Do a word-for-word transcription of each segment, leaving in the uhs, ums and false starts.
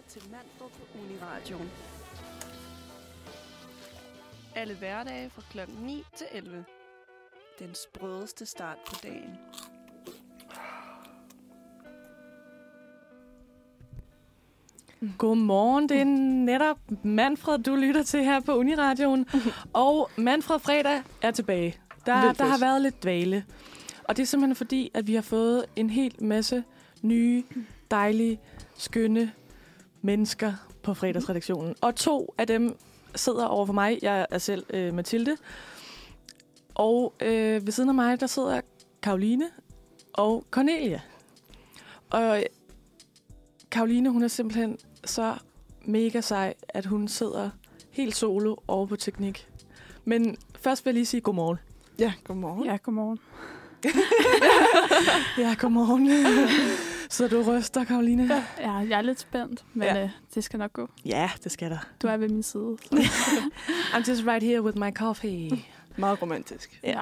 til Manfred på Uniradioen. Alle hverdage fra klokken ni til elleve. Den sprødeste start på dagen. Godmorgen, det er netop Manfred, du lytter til her på Uniradioen. Og Manfred Fredag er tilbage. Der, der har været lidt dvale. Og det er simpelthen fordi, at vi har fået en hel masse nye, dejlige, skønne mennesker på fredagsredaktionen. Og to af dem sidder over for mig. Jeg er selv øh, Mathilde. Og øh, ved siden af mig, der sidder Karoline og Cornelia. Og Karoline, hun er simpelthen så mega sej, at hun sidder helt solo over på teknik. Men først vil jeg lige sige godmorgen. Ja, godmorgen. Ja, godmorgen. Ja, godmorgen. Så du ryster, Karoline? Ja, jeg er lidt spændt, men ja. øh, det skal nok gå. Ja, det skal der. Du er ved min side. I'm just right here with my coffee. Meget romantisk. Ja.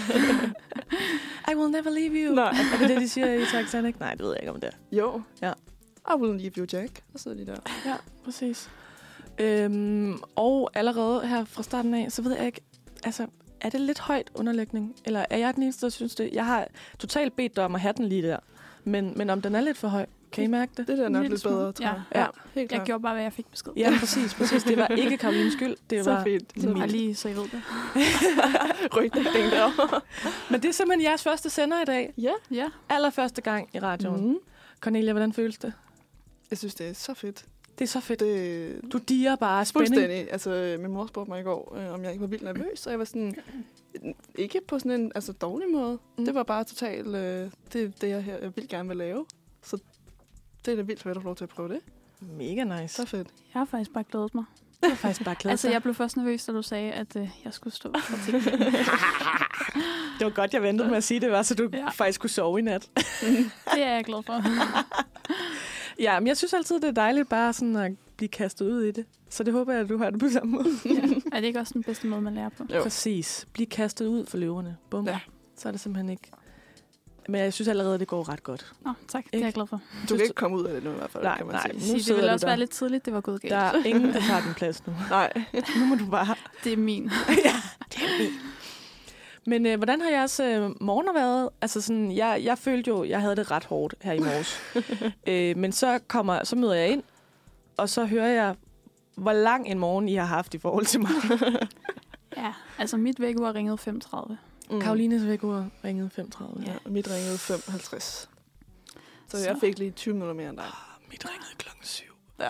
I will never leave you. Nej. Er det det, de siger i Titanic? Nej, det ved jeg ikke om det er. Jo. Ja. I will leave you, Jack. Og så er de der. Ja, præcis. Øhm, og allerede her fra starten af, så ved jeg ikke, altså, er det lidt højt underlægning? Eller er jeg den eneste, der synes det? Jeg har totalt bedt dig om at have den lige der. Men, men om den er lidt for høj, kan I mærke det? Det der er nok Lille lidt bedre, smule. tror jeg. Ja. Ja, helt klart. Jeg gjorde bare, hvad jeg fik besked. Ja, præcis, præcis. Det var ikke Karolines skyld. Det Så var fint. Det var lige, så I ved det. Rygning derovre. Men det er simpelthen jeres første sender i dag. Ja. Ja. Allerførste gang i radioen. Mm. Cornelia, hvordan føles det? Jeg synes, det er så fedt. Det er så fedt. Det Du diger bare spænding. fuldstændig. Altså, min mor spurgte mig i går, øh, om jeg ikke var vildt nervøs, og jeg var sådan, ikke på sådan en altså, dårlig måde. Mm. Det var bare totalt, øh, det, det jeg, her, jeg vil gerne vil lave. Så det er da vildt fedt at få lov til at prøve det. Mega nice. Så fedt. Jeg har faktisk bare glædet mig. Jeg er faktisk bare glad. Altså, jeg blev først nervøs, da du sagde, at øh, jeg skulle stå for ting. Det var godt, jeg ventede med at sige det, var, så du Ja. faktisk kunne sove i nat. Det er jeg glad for. Ja, men jeg synes altid, det er dejligt bare sådan at blive kastet ud i det. Så det håber jeg, at du har det på samme måde. Ja. Er det ikke også den bedste måde, man lærer på? Jo. Præcis. Bliv kastet ud for løverne. Bum. Ja. Så er det simpelthen ikke... Men jeg synes allerede, det går ret godt. Nå, tak. Det er jeg glad for. Du kan ikke komme ud af det nu i hvert fald, Nej, kan man nej. sige. Nu Sige, det sidder ville du også der. være lidt tidligt, det var gået galt. Der er ingen, der tager din plads nu. Nej. Nu må du bare... Det er min. ja, det er min. Men øh, hvordan har jeres øh, morgener været? Altså sådan, jeg, jeg følte jo, jeg havde det ret hårdt her i morges. øh, men så, kommer, så møder jeg ind, og så hører jeg, hvor lang en morgen I har haft i forhold til mig. Ja, altså mit vækkeur ringede fem tredive. Mm. Karolines vækkeur ringede fem tredive. Ja, og mit ringede fem halvtreds. Så, Så. jeg fik lige tyve minutter mere end dig. Mit ringede klokken syv. Ja,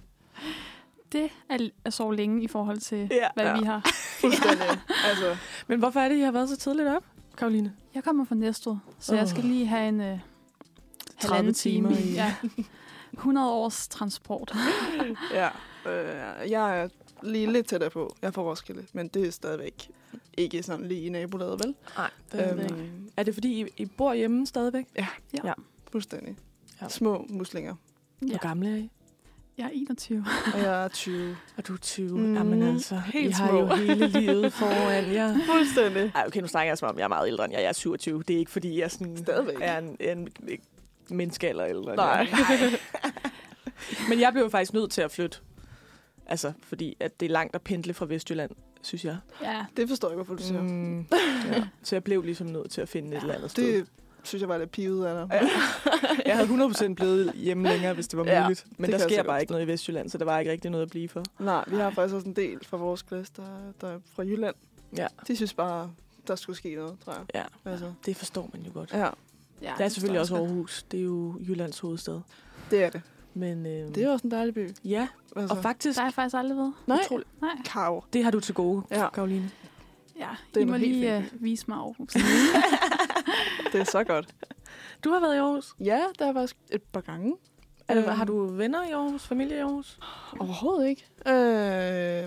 Det er at sove længe i forhold til, Ja. hvad Ja. vi har. fuldstændig. altså, Men hvorfor er det, I har været så tidligt op, Karoline? Jeg kommer fra Næstved, så oh. jeg skal lige have en øh, halvanden timer time. i- Ja. hundrede års transport. ja. Øh, jeg er lige lidt tættere på. Jeg er fra Roskilde, men det er stadigvæk ikke sådan lige i nabolaget, vel? Nej, det er det ikke. Øhm, Er det, fordi I, I bor hjemme stadigvæk? fuldstændig. Ja. Små muslinger. Ja. Hvor gamle er I? Jeg er enogtyve. Og jeg er tyve. Og du er tyve. Mm, Jamen altså, helt I har små. jo hele livet foran jer. Fuldstændig. Ej, okay, nu snakker jeg som om, jeg er meget ældre end jeg. Jeg er syvogtyve. Det er ikke, fordi jeg sådan Stadigvæk. er en, en, en menneske eller ældre. end Nej. jeg. Men jeg blev jo faktisk nødt til at flytte. Altså, fordi at det er langt at pendle fra Vestjylland, synes jeg. Ja, Det forstår jeg ikke, hvorfor du siger. Mm, ja. Så jeg blev ligesom nødt til at finde et eller andet sted. Det synes jeg var lidt pivet af dig. Ja. Jeg havde hundrede procent blevet hjemme længere, hvis det var Ja, muligt. Men det der kan jeg sker så bare godt ikke noget i Vestjylland, så der var ikke rigtig noget at blive for. Nej, vi har faktisk også en del fra vores klasse, der, der er fra Jylland. Ja. De synes bare, der skulle ske noget, tror jeg. Ja, Altså, det forstår man jo godt. ja, ja Der er selvfølgelig også over. Aarhus. Det er jo Jyllands hovedstad. det er det. Men øh, Det er også en dejlig by. ja, Altså, og faktisk, Der har jeg faktisk aldrig været. nej, utroligt. Nej. Kav. Det har du til gode, Ja. Karoline. Ja, Det er I må noget helt lige fint. uh, vise mig Aarhus. Det er så godt. Du har været i Aarhus. Ja, der har været et par gange. Er det, Øhm. har du venner i Aarhus? Familie i Aarhus? Overhovedet ikke. Øh,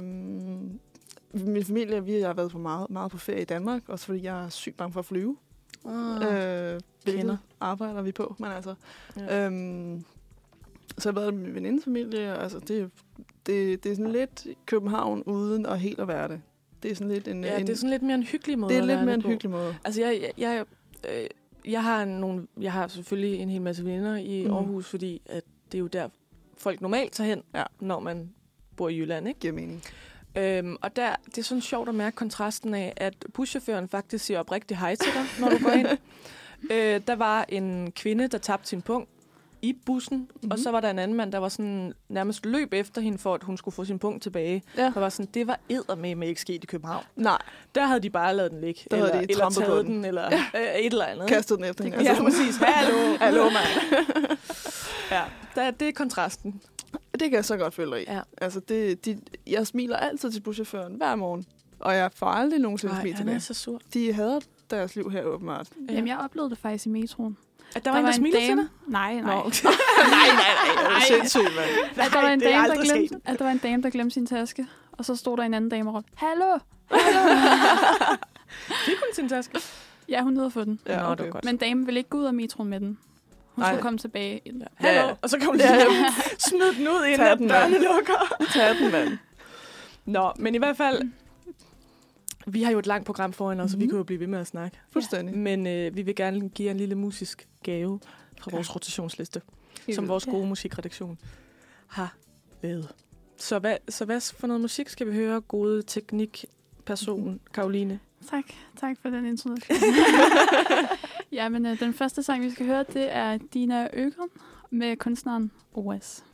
min familie, vi har været på meget, meget på ferie i Danmark, også fordi jeg er sygt bange for at flyve. Ah. Øh, hvilket Kender. arbejder vi på, men altså. Ja. Øhm, så har jeg været med min venindens familie, og altså det, det, det er sådan lidt København uden at helt at være det. Det er sådan lidt en... Ja, en det er sådan lidt mere en hyggelig måde det er at lidt være mere en på. hyggelig måde. Altså, jeg, jeg, jeg, øh, jeg, har nogle, jeg har selvfølgelig en hel masse venner i Mm. Aarhus, fordi at det er jo der, folk normalt tager hen, Ja. når man bor i Jylland, ikke? Giver mening. Øhm, og der, det er sådan sjovt at mærke kontrasten af, at buschaufføren faktisk siger oprigtig hej til dig, når du går ind. øh, der var en kvinde, der tabte sin punkt i bussen, mm-hmm. og så var der en anden mand, der var sådan nærmest løb efter hende, for at hun skulle få sin punkt tilbage. Ja. Der var sådan, det var eddermame ikke sket i København. Nej, Der havde de bare lavet den ligge, Der eller, havde de eller trampet på taget den. den, eller ja. øh, et eller andet. kastet den efter hende. Ja, Altså, præcis. Hallo, hallo, mand. Ja, der, det er kontrasten. det kan jeg så godt følge dig i. Ja. Altså, det, de, jeg smiler altid til buschaufføren hver morgen, og jeg får aldrig nogensinde smil Nej, han tilbage. er så sur. De hader deres liv her åbenbart. Ja. Jamen, jeg oplevede det faktisk i metroen. At der var en, der smilede til dig? Nej, nej. Nå, okay. nej, nej, nej, det er sindssygt, mand. At der, var en det er dame, der aldrig glemte, sket. at der var en dame, der glemte sin taske. Og så stod der en anden dame og råbte, hallo, hallo. Fik hun sin taske? Ja, hun nåede at få den. Ja, Ja, Nå, okay. det var godt. Men damen ville ikke gå ud af metroen med den. Hun Nej. skulle komme tilbage. Ja. Ja, Hallo, ja. og så kan hun Ja, lige ja. smide den ud, inden Tag at den, dørene mand. lukker. Tag den, mand. Nå, men i hvert fald, vi har jo et langt program foran os, så vi Mhm. kan jo blive ved med at snakke. Fuldstændig. Men øh, vi vil gerne give jer en lille musisk gave fra vores rotationsliste, som vores gode musikredaktion har lavet. Så hvad, så hvad for noget musik skal vi høre, gode teknikperson Karoline? Tak, tak for den introduktion. ja, men øh, den første sang, vi skal høre, det er Dina Øgren med kunstneren O S.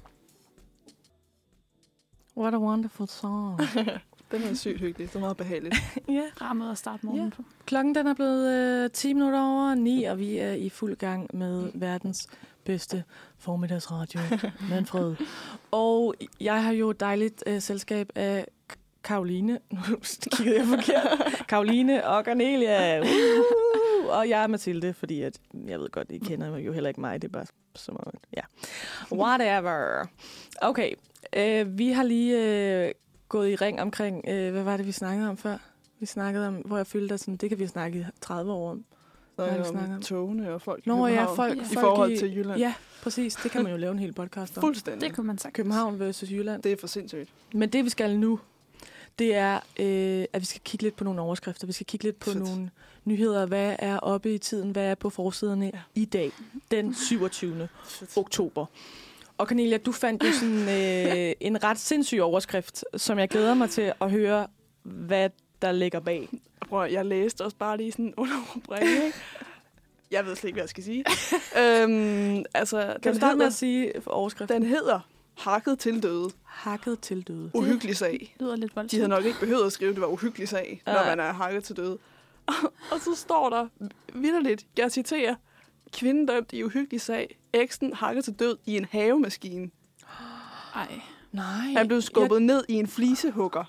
What a wonderful song. Den er sygt hyggelig. Det er meget behageligt. Ja. Rar måde at starte morgenen Ja. på. Klokken den er blevet øh, ti minutter over ni, og vi er i fuld gang med verdens bedste formiddagsradio, Manfred. Og jeg har jo et dejligt øh, selskab af K- Karoline. Nu kiggede jeg forkert. Karoline og Cornelia. Uh, og jeg er Mathilde, fordi at, jeg ved godt, I kender jo heller ikke mig. Det er bare som om, ja. Whatever. Okay, øh, vi har lige øh, gået i ring omkring, øh, hvad var det, vi snakkede om før? Vi snakkede om, hvor jeg følte, at sådan, det kan vi snakke i tredive år om. Så Hvad har vi er snakket om? om togene og folk i Nå ja, København. folk, Ja. I folk forhold til Jylland. Ja, præcis. Det kan man jo lave en hel podcast om. Fuldstændig. Det kunne man sagt. København versus Jylland. Det er for sindssygt. Men det, vi skal nu, det er, øh, at vi skal kigge lidt på nogle overskrifter. Vi skal kigge lidt på Fedt. nogle nyheder. Hvad er oppe i tiden? Hvad er på forsiderne ja. i dag, den syvogtyvende oktober? Og Cornelia, du fandt jo sådan øh, en ret sindssyg overskrift, som jeg glæder mig til at høre, hvad der ligger bag. Prøv, jeg læste også bare lige sådan under rubrikken, ikke? Jeg ved slet ikke, hvad jeg skal sige. øhm, altså, Kan den du starte med hedder, at sige overskriften? den hedder Hakket til døde. Hakket til døde. Uhyggelig sag. Det lyder lidt De voldsomt. havde nok ikke behøvet at skrive, at det var uhyggelig sag, når Nej. man er hakket til døde. Og så står der vitterligt, jeg citerer, kvinden dømt i uhyggelig sag, eksen hakket til død i en havemaskine. Ej. Nej. Han blev skubbet jeg... ned i en flisehugger.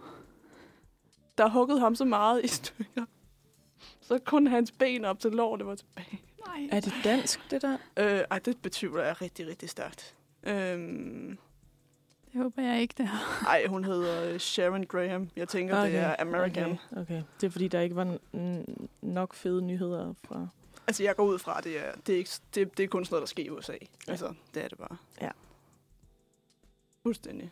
Der huggede ham så meget i stykker. Så kun hans ben op til lårene var tilbage. Nej. Er det dansk, det der? Øh, ej, det betyder jeg rigtig, rigtig stærkt. Øhm, Det håber jeg ikke, det her. ej, hun hedder Sharon Graham. Jeg tænker, okay. det er American. Okay, okay. Det er fordi, der ikke var n- nok fede nyheder fra... Altså, jeg går ud fra, at det er, det er, ikke, det, det er kun sådan noget, der sker i U S A. Ja. Altså, det er det bare. Ja. Fuldstændig.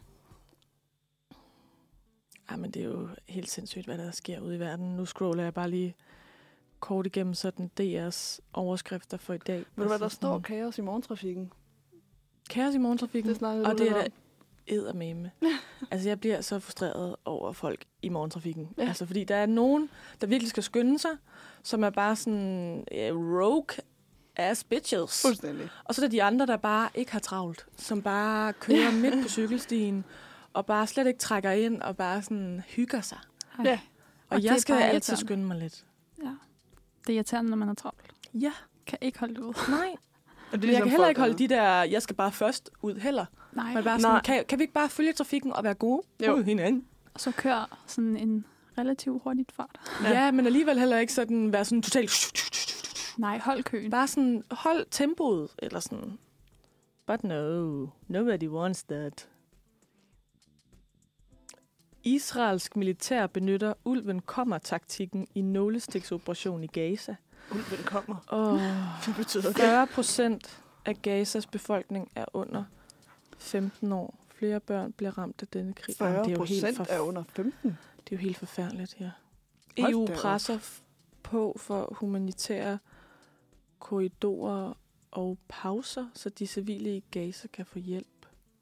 Ej, men det er jo helt sindssygt, hvad der sker ude i verden. Nu scroller jeg bare lige kort igennem sådan D R's overskrifter for i dag. Ved du, hvad der Altså står? sådan, Kaos i morgentrafikken. Kaos i morgentrafikken. Det snakkede og du det lidt er om. da eddermame. Altså, jeg bliver så frustreret over folk i morgentrafikken. Ja. Altså, fordi der er nogen, der virkelig skal skynde sig, som er bare sådan uh, rogue ass bitches. Fuldstændig. Og så er der de andre, der bare ikke har travlt, som bare kører midt på cykelstien, og bare slet ikke trækker ind, og bare sådan hygger sig. Ej. Ja. Og, Og og det jeg er skal bare altid irriterende. skynde mig lidt. Ja. Det er irriterende, når man er travlt. Ja, Kan ikke holde det ud. nej. Og Men jeg kan heller ikke holde de der, jeg skal bare først ud heller. Nej. Men bare Nej. sådan, kan, kan vi ikke bare følge trafikken og være gode Jo. mod hinanden? Og så kører sådan en relativt hurtigt fart. Ja. ja, men alligevel heller ikke sådan være sådan totalt... Nej, hold køen. Bare sådan, hold tempoet, eller sådan. But no, nobody wants that. Israelsk militær benytter ulven kommer-taktikken i nålestiksoperation i Gaza. Ulven kommer. Oh, Hvad betyder det? fyrre procent af Gazas befolkning er under femten år. Flere børn bliver ramt af denne krig. Jamen, fyrre det er jo helt procent forf- er under femten. Det er jo helt forfærdeligt, ja. Hold E U da op. presser f- på for humanitære korridorer og pauser, så de civile i Gaza kan få hjælp.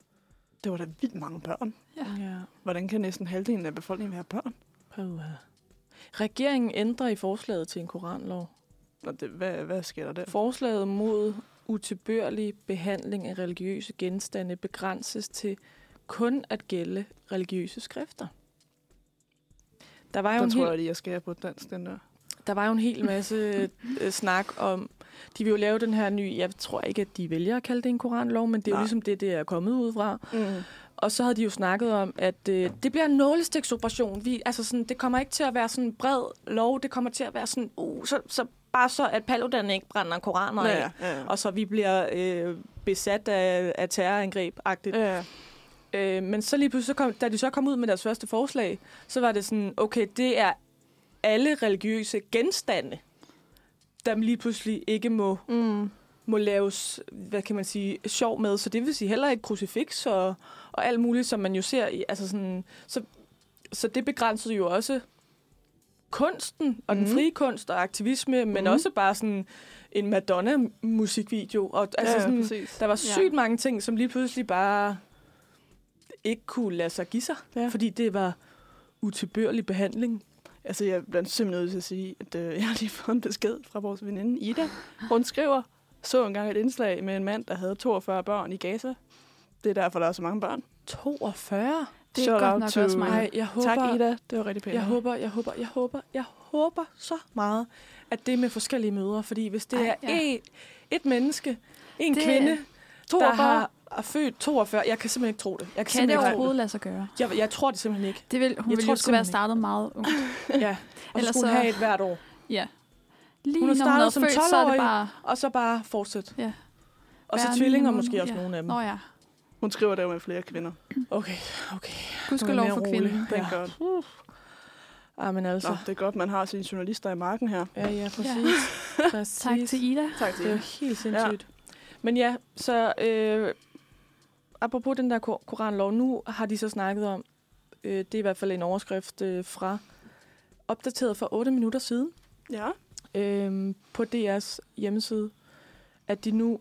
Det var da vildt mange børn. Ja. Ja. Hvordan kan næsten halvdelen af befolkningen være børn? Puh. Regeringen ændrer i forslaget til en koranlov. Nå, det, hvad, hvad sker der der? Forslaget mod utilbørlig behandling af religiøse genstande begrænses til kun at gælde religiøse skrifter. Der var jo, Der en tror hel, jeg, at jeg skal på dansk, den der. der var jo en hel masse øh, snak om, de vil jo lave den her nye, jeg tror ikke, at de vælger at kalde det en koranlov, men det er jo Nej. ligesom det, det er kommet ud fra. Mm. Og så havde de jo snakket om, at øh, det bliver en nålestiksoperation. Vi, altså sådan, det kommer ikke til at være sådan en bred lov, det kommer til at være sådan, uh, så, så bare så, at Paludan ikke brænder koraner af, Ja, ja, ja. og så vi bliver øh, besat af, af terrorangreb-agtigt. Ja, Øh, men så lige pludselig, så kom, da de så kom ud med deres første forslag, så var det sådan, okay, det er alle religiøse genstande, der lige pludselig ikke må, mm. må laves, hvad kan man sige, sjov med. Så det vil sige heller ikke krucifiks og, og alt muligt, som man jo ser i, altså sådan, så, så det begrænsede jo også kunsten og den Mhm. frie kunst og aktivisme, men Mhm. også bare sådan en Madonna-musikvideo. Og, altså ja, sådan, præcis. der var Ja. sygt mange ting, som lige pludselig bare ikke kunne lade sig give sig, Ja. fordi det var utilbørlig behandling. Altså, jeg bliver simpelthen nødt til at sige, at øh, jeg har lige fået en besked fra vores veninde Ida. Hun skriver, så engang et indslag med en mand, der havde toogfyrre børn i Gaza. Det er derfor, der er så mange børn. toogfyrre? Det er Shout godt out nok to- også mig. Nej, jeg håber, Tak, Ida. Det var rigtig pænt. jeg håber, jeg håber, jeg håber, jeg håber så meget, at det er med forskellige mødre. Fordi hvis det Ej, er ja. et, et menneske, en Det- kvinde, der toogfyrre. har, har født toogfyrre, jeg kan simpelthen ikke tro det. Jeg kan, Kan det simpelthen ikke tro overhovedet lade sig gøre? det. Jeg, jeg tror det simpelthen ikke. Det vil, hun Jeg ville tror jo skulle være simpelthen startet meget ung. Ja, og så Ellers skulle hun så- have et hvert år. Ja. Lige Hun er når hun er startet som født, så er det tolv-årig. bare... Og så bare fortsætte. Ja. Og så Være tvillinger minimum, måske også ja. nogle af dem. Nå ja. Hun skriver der med flere kvinder. Okay, okay. Gudskelov mere for rolig. kvinden. Thank Ja. God. Ah, men altså. Nå, det er godt, man har sine journalister i marken her. Ja, ja, præcis. Ja. præcis. Tak til Ida. Tak til Det er jo jer. helt sindssygt. Ja. Men ja, så øh, apropos den der kor- koranlov, nu har de så snakket om, øh, det er i hvert fald en overskrift øh, fra, opdateret for otte minutter siden, Ja. øh, på D R's hjemmeside, at de nu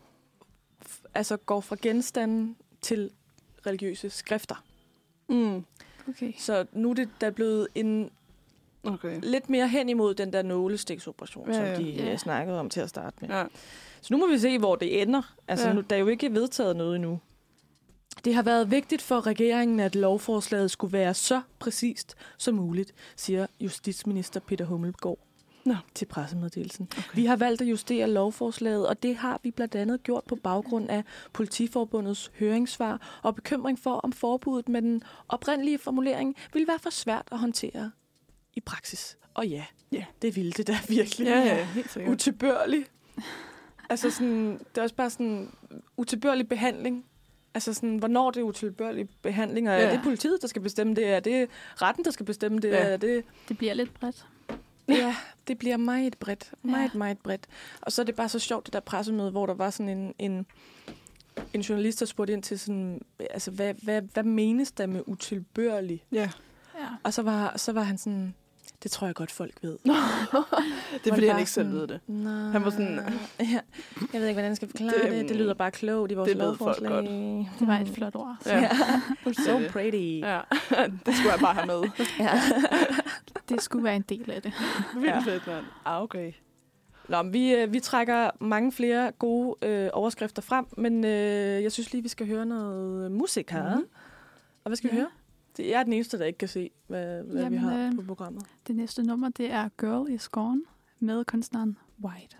f- altså går fra genstande til religiøse skrifter. Mm. Okay. Så nu er det der blevet en Okay. lidt mere hen imod den der nålestiksoperation, Ja, som ja. de Ja. øh, snakkede om til at starte med. Ja. Så nu må vi se, hvor det ender. Altså, Ja. nu, der er jo ikke vedtaget noget endnu. Det har været vigtigt for regeringen, at lovforslaget skulle være så præcist som muligt, siger justitsminister Peter Hummelgaard Nå. til pressemeddelelsen. Okay. Vi har valgt at justere lovforslaget, og det har vi blandt andet gjort på baggrund af Politiforbundets høringssvar og bekymring for, om forbuddet med den oprindelige formulering ville være for svært at håndtere i praksis. Og ja, Ja. det ville det da virkelig. Ja, ja, helt sikkert. Utilbørlig. Altså sådan, det er også bare sådan utilbørlig behandling. Altså sådan, hvornår det er utilbørlig behandling, og Ja. er det politiet, der skal bestemme det? Er det retten, der skal bestemme det? Ja. Er det... Det bliver lidt bredt. Ja, det bliver meget bredt. Meget, Ja. meget bredt. Og så er det bare så sjovt, det der pressemøde, hvor der var sådan en, en, en journalist, der spurgte ind til sådan, altså, hvad, hvad, hvad menes der med utilbørlig? Ja. Ja. Og så var, så var han sådan, det tror jeg godt, folk ved. Det er Hvor fordi, bare han ikke selv sådan, ved det. Nej. Han var sådan, Ja, jeg ved ikke, hvordan jeg skal forklare Det, det. Det, det lyder bare klogt i vores det ved folk lovforslag. godt. Det var et flot ord. Ja. So pretty. Ja, det skulle jeg bare have med. Ja. Det skulle være en del af det. Vildt Ja. fedt, mand. Ah, okay. Nå, men vi, øh, vi trækker mange flere gode øh, overskrifter frem, men øh, jeg synes lige, vi skal høre noget musik her. Mhm. Mm-hmm. Og hvad skal ja. vi Ja. høre? Det er den eneste, der ikke kan se, hvad, hvad Jamen, vi har øh, på programmet. Det næste nummer, det er Girl Is Gone med kunstneren White.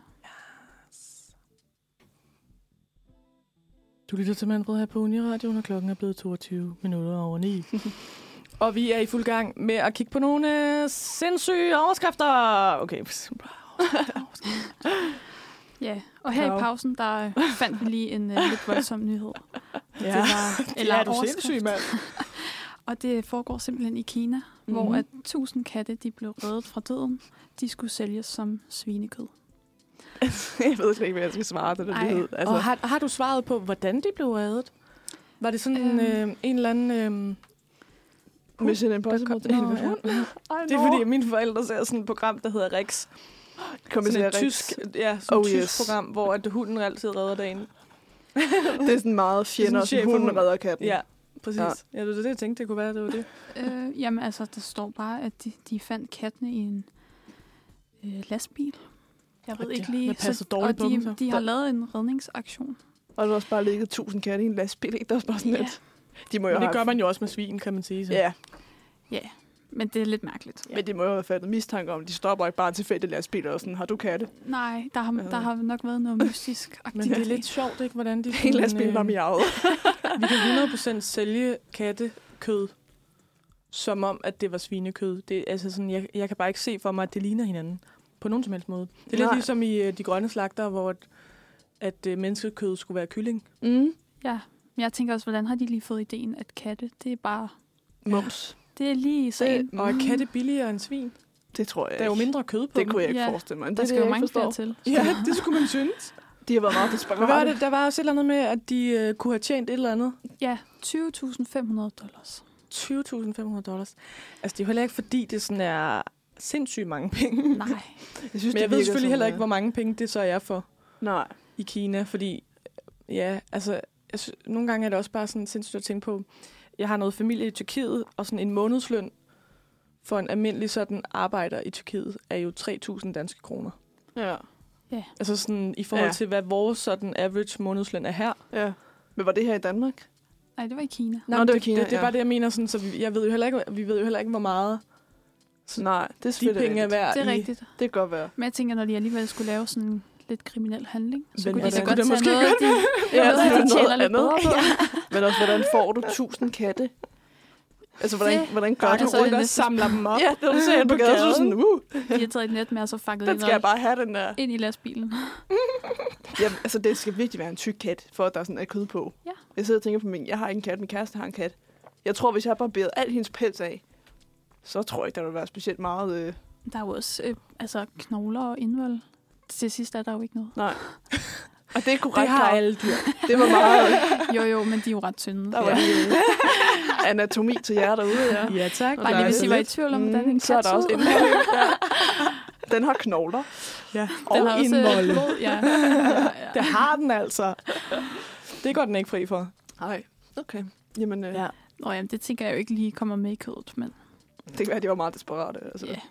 Du lytter til Manfred her på Uniradioen, og klokken er blevet toogtyve minutter over ni. Og vi er i fuld gang med at kigge på nogle øh, sindssyge overskrifter. Okay. Ja, og her Klar. i pausen, der øh, fandt vi lige en uh, lidt voldsom nyhed. Ja, Det var, eller er du overskrift. sindssyg, mand? Og det foregår simpelthen i Kina, mm-hmm. hvor Mhm. at tusind katte de blev reddet fra døden. De skulle sælges som svinekød. Jeg ved slet ikke, hvad jeg skal svare til den Ej. nyhed. Altså. Og har, har du svaret på, hvordan de blev reddet? Var det sådan Øhm. øh, en eller anden... Øh, Mission Impossible. Nå, ja. Det er fordi, mine forældre ser sådan et program, der hedder Rex. Kom Sådan et Rex. tysk, ja, sådan Oh, et tysk yes. program, hvor at hunden altid redder dagen. Det er sådan meget fjender, chef som for hunden hunden. redder katten. Ja, præcis. Ja. ja, det var det, jeg tænkte, det kunne være, det var det. øh, jamen, altså, der står bare, at de, de fandt kattene i en øh, lastbil. Jeg ved og ikke de, lige. Så, og de, dem, så. de har lavet en redningsaktion. Og der er også bare ligget tusind katte i en lastbil, ikke? Der er også bare sådan Ja. lidt... De må jo Men det have... gør man jo også med svin, kan man sige. Så. Ja, Ja, men det er lidt mærkeligt. men de må jo have fattet mistanke om, de stopper ikke bare tilfældigt lastbiler og sådan, har du katte? Nej, der har, der har nok været noget mystisk Men aktivitet. det er lidt sjovt, ikke, hvordan de... En lastbil var miavet. Vi kan hundrede procent sælge kattekød, som om, at det var svinekød. Det, altså sådan, jeg, jeg kan bare ikke se for mig, at det ligner hinanden. På nogen som helst måde. Det er lidt Nej. ligesom i uh, de grønne slagter, hvor at, at uh, menneskekød skulle være kylling. Mm. Ja, men jeg tænker også, hvordan har de lige fået ideen, at katte, det er bare... Mums. Det er lige så ind. Og er katte billigere end svin? Det tror jeg Der er jo ikke. mindre kød på Det dem. kunne jeg ikke Ja. forestille mig. Det Der er skal det, jo jeg mange ikke forstår. flere til. Ja, det skulle man synes. De har været meget desperate. Hvad var det? Der var også et eller andet med, at de uh, kunne have tjent et eller andet. Ja, tyve tusind fem hundrede dollars. tyve tusind fem hundrede dollars. Altså, det er jo heller ikke, fordi det sådan er sindssygt mange penge. Nej. Jeg synes, Men det jeg ved virker selvfølgelig som, heller ikke, øh, hvor mange penge det så er for Nej. i Kina, fordi ja, altså, jeg synes, nogle gange er det også bare sådan sindssygt at tænke på, jeg har noget familie i Tyrkiet, og sådan en månedsløn for en almindelig sådan arbejder i Tyrkiet er jo tre tusind danske kroner. Ja. Altså sådan i forhold Ja. til, hvad vores sådan average månedsløn er her. Ja. Men var det her i Danmark? Nej, det var i Kina. Nej, Nå, det, det var det, Kina, det, det er ja. bare det, jeg mener. Sådan, så vi, jeg ved jo heller ikke, vi ved jo heller ikke, hvor meget Nej, det er de selvfølgelig penge er rigtigt. værd Det er i. rigtigt. Det kan godt være. Men jeg tænker, når de alligevel skulle lave sådan en lidt kriminel handling, så Men kunne de da hvordan godt kunne tage det noget, de, Ja, noget, det er de noget tjener lidt andet. bedre på. Men også, hvordan får du tusind katte? Altså, hvordan, Det hvordan gør Gør du du Altså, rundt det og næste- samler dem op? Ja, det var du ser på gaden, så er du sådan, uh, De har taget et net med, og så fanget den skal jeg bare have, den der. ind i lastbilen. Ja, altså, det skal virkelig være en tyk kat, for at der sådan er kød på. Ja. Jeg sidder og tænker på min, jeg har ikke en kat, min kæreste har en kat. Jeg tror, hvis jeg har barberet al hendes pels af, så tror jeg ikke, der vil være specielt meget... Øh... Der er jo også øh, altså, knogler og indvold. Til sidst er der jo ikke noget. Nej. Og det er korrekt. Det har Clara. alle dyr. Det var meget... Jo, jo, men de er jo ret tynde. Der var lige øh, anatomi til jer derude, ja. Ja, tak. Bare lige hvis I var i tvivl om, hvordan en Mm, kat så er der så også ud. indhold. Ja. Den har knogler. Ja. Den Og har også indvolde. blod, ja. ja. Det har den altså. Det går den ikke fri for. Nej. Okay. Jamen, øh, Ja. Nå, jamen, det tænker jeg jo ikke lige kommer med i kødet, men det kan være, at de var meget desperate. Altså. ja.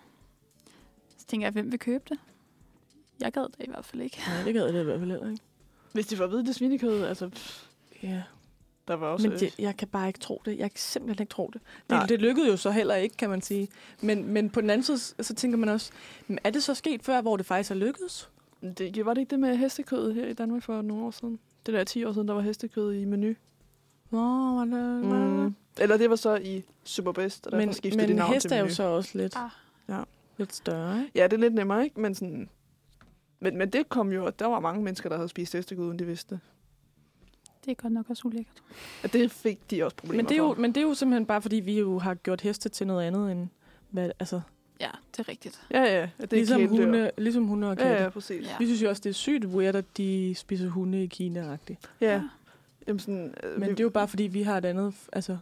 Så tænker jeg, hvem vil købe det? Jeg gad det i hvert fald ikke. Nej, det gad det i hvert fald heller ikke. Hvis de får at vide, det er svinekød, altså... Pff, Ja. der var også... Men det, jeg kan bare ikke tro det. Jeg kan simpelthen ikke tro det. Nej. Det, det lykkedes jo så heller ikke, kan man sige. Men, men på den anden side, så tænker man også, men er det så sket før, hvor det faktisk er lykkedes? det, var det ikke det med hestekød her i Danmark for nogle år siden? Det der ti år siden, der var hestekød i menu. Nå, var det... Mm. Eller det var så i Superbest, og derfor Men, skiftede de men navn hest til er jo menu. så også lidt, Ah. Ja. lidt større, ikke? Ja, det er lidt nemmere, ikke? Men, sådan... men, men det kom jo... Der var mange mennesker, der havde spist hestekød, uden de vidste. Det er godt nok også ulækkert. Og det fik de også problemer Men det, er jo, for. men det er jo simpelthen bare, fordi vi jo har gjort heste til noget andet end... Hvad, altså, Ja, det er rigtigt. Ja, ja. Det er ligesom, kæledyr. hunde, ligesom hunde og katte. Ja, ja, præcis. Ja. Vi synes jo også, det er sygt weird, at de spiser hunde i Kina-agtigt. Ja. Jamen sådan, øh, Men vi- det er jo bare, fordi vi har et andet... Altså,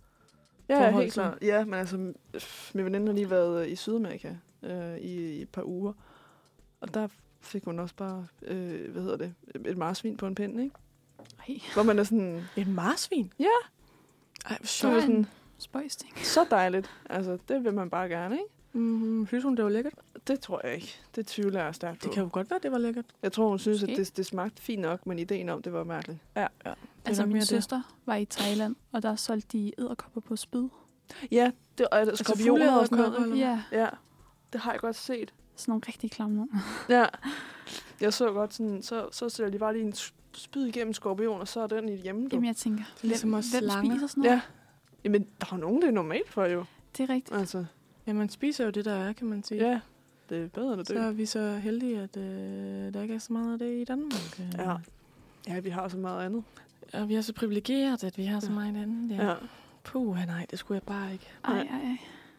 Ja, forhold helt til. klart. Ja, men altså, øh, min veninde har lige været øh, i Sydamerika øh, i, i et par uger. Og der fik hun også bare, øh, hvad hedder det, et marsvin på en pind, ikke? Ej, Hvor man er sådan, et marsvin? Ja. Ej, hvor så, er sjovt. sådan spøjs ting. så dejligt. Altså, det vil man bare gerne, ikke? Mm, synes hun, det var lækkert? Det tror jeg ikke. Det tvivler jeg stærkt på. Det kan jo godt være, det var lækkert. Jeg tror, hun synes, Måske. at det, det smagte fint nok, men ideen om det var mærkeligt. Ja, ja. Altså, nok min mere det. søster var i Thailand, og der solgte de edderkopper på spyd. Ja, det er altså, skorpioner og sådan noget. fulde ikke? edderkopper, Ja, Ja, det har jeg godt set. sådan nogle rigtig klamme nogle. Ja. Jeg så godt sådan, så, så sætter de bare lige en spyd igennem skorpion, og så er den i et hjemme. Jamen, jeg tænker, Det er ligesom hvem, også hvem slanger. spiser sådan noget? Ja. Jamen, der er jo nogen, det er normalt for jo. Det er rigtigt. Altså, Ja, man spiser jo det, der er, kan man sige. ja, det er bedre end at Så dø. er vi så heldige, at øh, der ikke er så meget af det i Danmark. Øh. Ja. Ja, vi har så meget andet. Og vi er så privilegeret, at vi har så meget andet. Ja. Ja. Puh, nej, det skulle jeg bare ikke. Ej, ej, ej.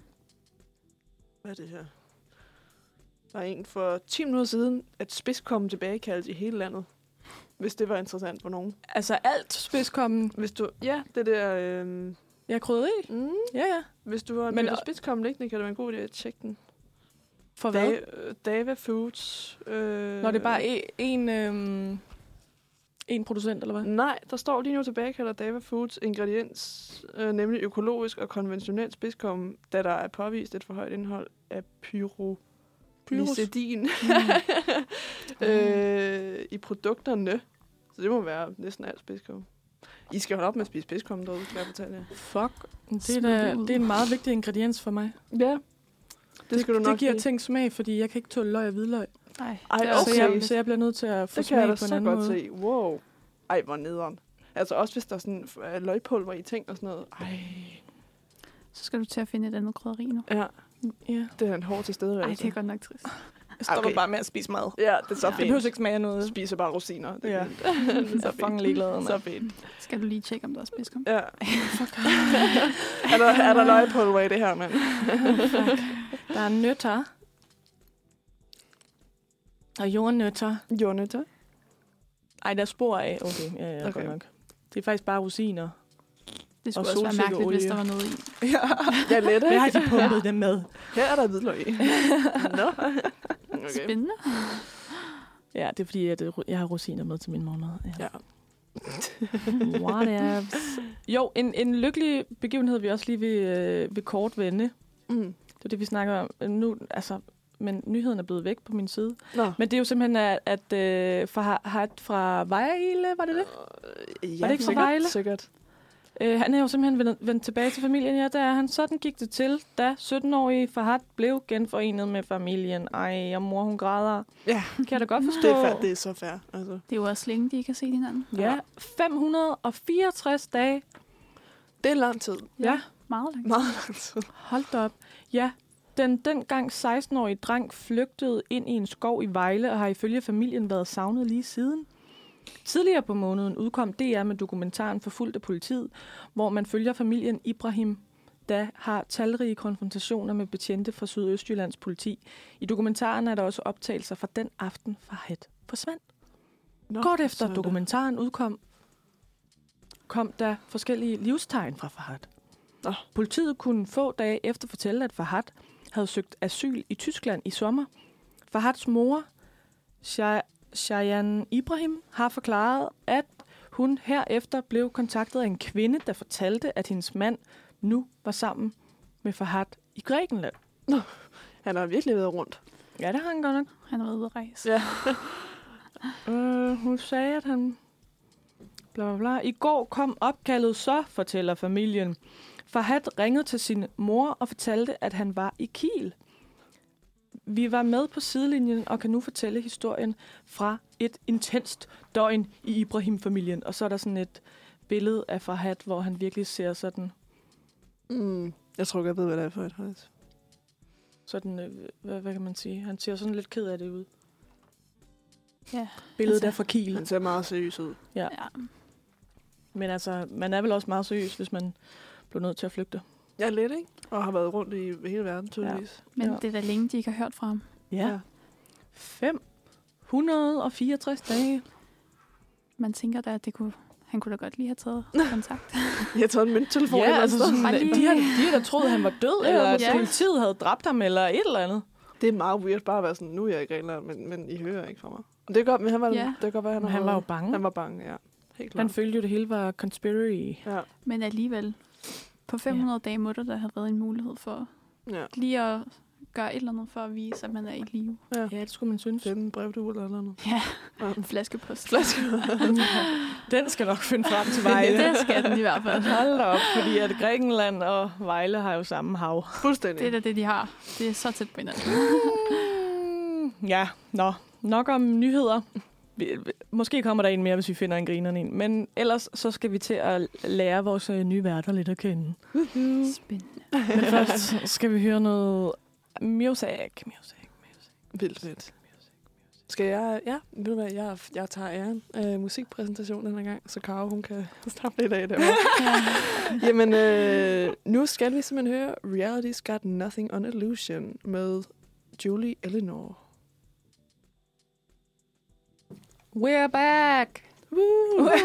Hvad er det her? Der er en for ti minutter siden, at spids kom tilbagekaldt i hele landet. Hvis det var interessant for nogen. Altså alt spidskommen. Hvis du, ja, det der... Øh, Jeg er krydderi. mm, Ja, ja. hvis du har Men- en spidskommen liggende, kan det være en god idé at tjekke den. For hvad? Da, øh, Dava Foods. Øh, Når det er bare e- en, øhm, en producent, eller hvad? Nej, der står lige nu tilbage, kalder Dava Foods ingrediens, øh, nemlig økologisk og konventionel spidskum, da der er påvist et for højt indhold af pyro... Pyrosidin mm. øh, i produkterne. Så det må være næsten alt spidskum. I skal holde op med at spise spidskum derude, skal jeg fortælle jer. Fuck. Det er, da, det er en meget vigtig ingrediens for mig. Ja. Det, skal du nok det giver sige. ting smag, fordi jeg kan ikke tåle løg og hvidløg. Nej, Ej, det er okay. Så, jeg, så jeg bliver nødt til at få det kan jeg smag da på en så anden godt måde. se. Wow. Ej, hvor nederen. Altså også hvis der er sådan uh, løgpulver i ting og sådan noget. Ej. Så skal du til at finde et andet krydderi nu. Ja, Ja. det er en hård tilstedeværelse. Ej, det er godt nok trist. Jeg stopper Okay. bare med at spise mad. Ja, det er så Det fint. behøver ikke smage af noget. Jeg spiser bare rosiner. Det er Ja. fint. det er Jeg så er fucking ligeglad. fint. Så fint. Skal du lige tjekke, om der er spidskum? Ja. er, der, er der løgpulver i det her, mand? Der er nøtter. Og jordnøtter. Jordnøtter. Ej, der er spor af. Okay, ja, ja, Okay. godt nok. Det er faktisk bare rosiner. Det skulle Og også være mærkeligt, hvis solsikkeolie. der var noget i. Ja, lidt, ikke? Hvad har de pumpet dem med? Her er der hvidløg i. Nå. Okay. Spændende. Ja, det er fordi, at jeg har rosiner med til min morgenmad. Ja. Whatevs. Jo, en, en lykkelig begivenhed, vi også lige vil, øh, vil kort vende. Mm. Det er det, vi snakker om nu. Altså, men nyheden er blevet væk på min side. Nå. Men det er jo simpelthen, at, at øh, fra, fra Vejle, var det det? Ja, Var det ikke fra sikkert, Vejle? sikkert. Øh, han er jo simpelthen vendt, vendt tilbage til familien. Ja, der er han. Sådan gik det til, da sytten-årige Fahad blev genforenet med familien. Ej, og mor, hun græder. Ja, Kan jeg da godt forstå. det er, fair, det er så fair. Altså. Det er jo også længe, de ikke har set hinanden. Ja, fem hundrede og fireogtres dage. Det er lang tid. Ja, Meget langt. Meget lang tid. hold da op. Ja, den dengang seksten-årige dreng flygtede ind i en skov i Vejle og har ifølge familien været savnet lige siden. Tidligere på måneden udkom D R med dokumentaren Forfulgt af politiet, hvor man følger familien Ibrahim, der har talrige konfrontationer med betjente fra Sydøstjyllands politi. I dokumentaren er der også optagelser fra den aften, Fahad forsvandt. Nå, Kort efter sådan der. dokumentaren udkom, kom der forskellige livstegn fra Fahad. Nå. Politiet kunne få dage efter fortælle, at Fahad havde søgt asyl i Tyskland i sommer. Fahads mor, Shayan Ibrahim, har forklaret, at hun herefter blev kontaktet af en kvinde, der fortalte, at hendes mand nu var sammen med Fahad i Grækenland. Han har virkelig været rundt. Ja, det har han godt nok. Han har været ude at rejse. Ja. Øh, hun sagde, at han... Bla, bla, bla. I går kom opkaldet, så fortæller familien. Fahad ringede til sin mor og fortalte, at han var i Kiel. Vi var med på sidelinjen og kan nu fortælle historien fra et intenst døgn i Ibrahim-familien. Og så er der sådan et billede af Fahad, hvor han virkelig ser sådan... Mm. Jeg tror godt, jeg ved, hvad det er for et højt. sådan øh, hvad, hvad kan man sige? Han ser sådan lidt ked af det ud. Ja. Billedet Altså- der fra Kiel. Han ser meget seriøs ud. Ja. Ja. Men altså, man er vel også meget seriøs, hvis man bliver nødt til at flygte. Ja, lidt, ikke? Og har været rundt i hele verden, tydeligvis. Men Ja. det er da længe, de ikke har hørt fra ham. Ja. fem hundrede og fireogtres dage. Man tænker da, at det kunne, han kunne da godt lige have taget kontakt. Jeg har taget en mønttelefon. Ja, altså sådan, Bare lige- de, har, de har da troet, at han var død, Ja, eller at ja. politiet havde dræbt ham, eller et eller andet. Det er meget weird bare at være sådan, nu er jeg i Grækenland, men, men I hører ikke fra mig. Det er godt, men han var, Ja. det kan godt være, han, Men han har var jo været- bange. Han var bange, ja. Helt klart. Han følte jo, det hele var conspiracy. Ja. Men alligevel, på fem hundrede ja. dage må der da have været en mulighed for Ja. lige at gøre et eller andet for at vise, at man er i live. ja. Ja, det skulle man synes. Sende en brevdue eller noget. Ja, Ja. en flaskepost. Flaske. Den skal nok finde frem til Vejle. Det skal den i hvert fald. Hold da op, fordi at Grækenland og Vejle har jo samme hav. Fuldstændig. Det er da det, de har. Det er så tæt på hinanden. Ja, nå. Nok om nyheder. Vi- vi- Måske kommer der en mere, hvis vi finder en grinerne en. Men ellers så skal vi til at lære vores øh, nye værter lidt at kende. Spændende. Men først skal vi høre noget music. Music, music. Vildt fedt. Skal jeg... Ja, ved du hvad, jeg, jeg tager æren af musikpræsentationen den her gang, så Karo, hun kan snappe lidt af det. Jamen, øh, nu skal vi simpelthen høre Reality's Got Nothing on Illusion med Julie Eleanor. We're back! Woo! Woo!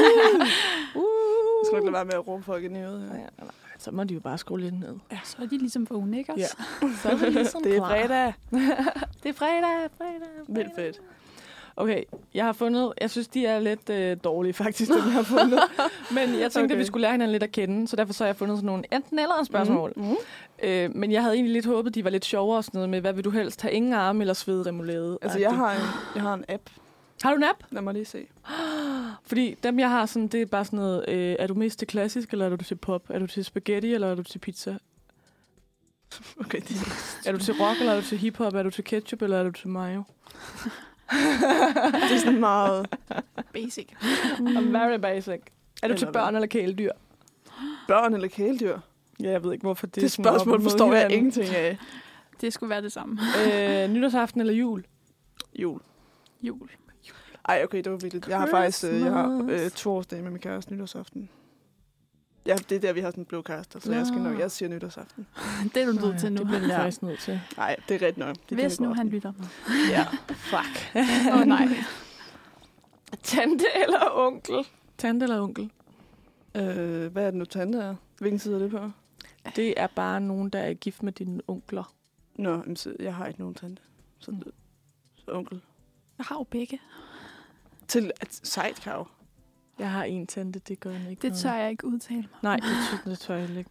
Jeg skal nok lade være med at råbe folk ind i øret her. Ja, nej, så må de jo bare skrue lidt ned. Så er de ligesom vågne, ikke også? Ja. Så er det ligesom Det er klar. fredag. Det er fredag, fredag, fredag. Vildt fedt. Okay, jeg har fundet... Jeg synes, de er lidt øh, dårlige, faktisk, dem jeg har fundet. Men jeg tænkte, okay. at vi skulle lære hinanden lidt at kende, så derfor så har jeg fundet sådan nogle enten eller spørgsmål. Mm. Mm. Øh, men jeg havde egentlig lidt håbet, de var lidt sjovere og sådan noget med, hvad vil du helst have, ingen arme eller svedremoulade? Altså, jeg har, en, jeg har en app. Har du en app? Lad mig lige se. Fordi dem, jeg har, sådan, det er bare sådan noget, øh, er du mest til klassisk, eller er du til pop? Er du til spaghetti, eller er du til pizza? Okay, det er du til rock, eller er du til hiphop? Er du til ketchup, eller er du til mayo? Det er sådan meget basic. Mm. Very basic. Er du eller til børn eller kæledyr? Børn eller kæledyr? Ja, jeg ved ikke, hvorfor det, det er spørgsmål forstår jeg ingenting af. Det skulle være det samme. øh, nytårsaften eller jul? Jul. Jul. Ej, okay, det var vildt. Jeg har faktisk øh, jeg har, øh, to årsdage med min kæreste nytårsaften. Ja, det er der, vi har sådan en blå kæreste, så ja. jeg skal nok, jeg siger nytårsaften. Det er du nødt til nu. Det bliver vi faktisk nødt til. Nej, det er ret nok. Det Hvis nu han lytter med. Ja, fuck. Åh oh, nej. Tante eller onkel? Tante eller onkel? Øh, hvad er det nu, tante er? Hvilken side er det på? Det er bare nogen, der er gift med dine onkler. Nå, jeg har ikke nogen tante. Så, mm. så onkel. Jeg har jo begge. Til at sejt kav. Jeg har en tante, det gør jeg ikke. Det tør jeg ikke udtale mig. Nej, det tør, det tør jeg ikke.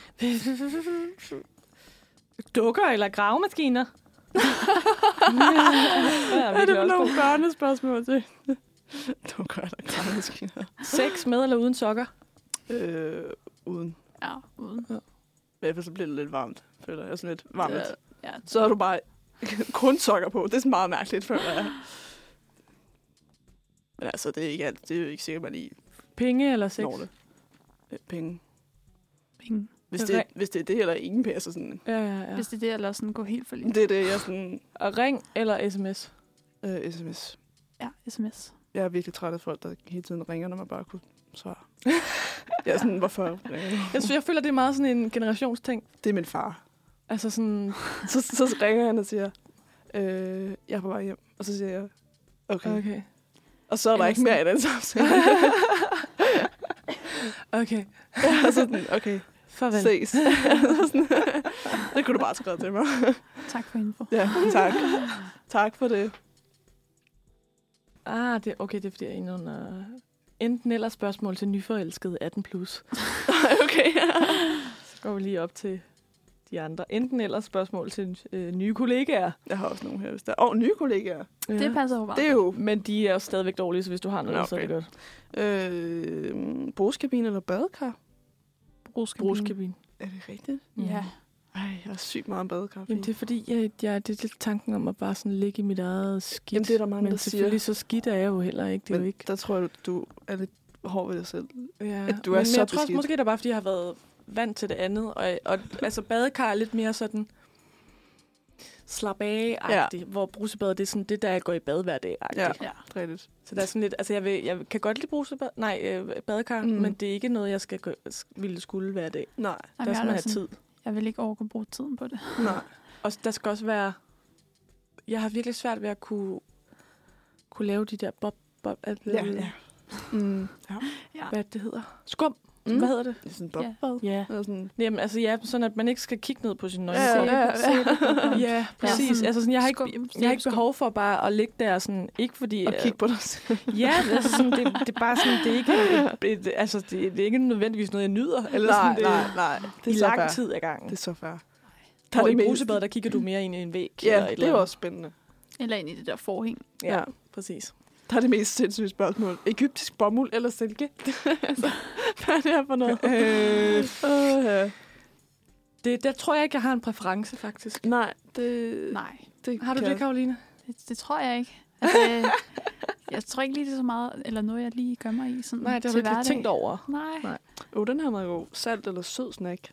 Dukker eller gravemaskiner? ja, er det for nogle børnespørgsmål til? Dukker eller gravemaskiner? Sex med eller uden sokker? Øh, uden. Ja, uden. Ja. I hvert fald så bliver det lidt varmt, føler jeg. Sådan lidt varmt. Ja, ja. Så har du bare kun sokker på. Det er sådan meget mærkeligt, føler jeg. Men altså, det er ikke alt. Det er jo ikke sikkert, man lige... Penge eller sex? Når det. Øh, penge. Penge. Hvis det, hvis det er det, eller ingen penge, så sådan... Ja, ja, ja. Hvis det er det, eller sådan gå helt for lige. Det er det, jeg sådan... Og ring eller sms? Øh, sms. Ja, sms. Jeg er virkelig træt af folk, der hele tiden ringer, når man bare kunne svare. Jeg er sådan, hvorfor ringer du? Jeg, synes, jeg føler, det er meget sådan en generationsting. Det er min far. Altså sådan... så, så ringer han og siger, øh, jeg er på vej hjem. Og så siger jeg, okay. okay. Og så er der eller ikke mere i den samtale. okay. Og så sådan, okay. Farvel. Ses. Det kunne du bare skrive til mig. Tak for info. Ja, tak. Tak for det. Ah, det, okay, det er fordi, jeg er inde under enten eller spørgsmål til nyforelskede atten plus. Okay. Så går vi lige op til de andre. Enten eller spørgsmål til øh, nye kollegaer. Jeg har også nogle her, hvis der er. Åh, oh, nye kollegaer. Ja. Det passer jo bare. Det er jo... Men de er jo stadigvæk dårlige, så hvis du har noget, okay. så er det godt. Øh, brugskabine eller badekar? Brugskabine. Brugskabine. Er det rigtigt? Ja. Mm. Ej, jeg er sygt meget badekar. Jamen, det er fordi, jeg, jeg, det er lidt tanken om at bare sådan ligge i mit eget skidt. Jamen, det er der mange, men der selvfølgelig siger. så skidt er jeg jo heller ikke. Det er men jo ikke. Der tror jeg, du, du er lidt hård ved dig selv. Ja, at du er men, så men jeg tror også, beskidt. måske det er bare, fordi jeg har været vant til det andet. Og, og altså badekar er lidt mere sådan slap af-agtigt, ja. Hvor brusebadet, det er sådan det, der jeg går i bad hver dag-agtigt. Ja, ja. Rigtigt. Så der er sådan lidt, altså jeg, vil, jeg kan godt lide brusebad, nej, øh, badekar, mm. men det er ikke noget, jeg skal gå, ville skulle hver dag. Nej. Der skal man have tid. Jeg vil ikke overgå at bruge tiden på det. Nej. Og der skal også være, jeg har virkelig svært ved at kunne, kunne lave de der bob, bob, at, ja, ja. Mm. ja. Hvad det hedder? Skum. Mm. Hvad hedder det? Det er sådan en bobbad. Ja. Ja. Sådan... Jamen, altså ja, sådan at man ikke skal kigge ned på sin nøgle. Ja, ja, ja. ja, præcis. Altså sådan, jeg har ikke, jeg har ikke behov for bare at ligge der sådan, ikke fordi... Og kigge på dig selv. Ja, altså sådan, det, det er bare sådan, det er ikke, et, et, altså det, det er ikke nødvendigvis noget, jeg nyder. Eller nej, sådan, det, nej, nej. Det er I lang fair. Tid ad gangen. Det er så fair. Der og i brusebad, der kigger du mere ind i en væg. Ja, eller det er jo også spændende. Eller ind i det der forhæng. Ja, ja. Præcis. Der er det mest sindssyge spørgsmål. Egyptisk bomuld eller silke? Altså, hvad er det her for noget? Øh, uh, ja. det, der tror jeg ikke, jeg har en præference, faktisk. Nej, det... Nej. Det har du det, Karoline? Det, det tror jeg ikke. Altså, jeg tror ikke lige, det er så meget, eller noget, jeg lige gør mig i sådan. Nej, det har du ikke tænkt over. Nej. Nej. Åh, oh, den her meget god. Salt eller sød snack?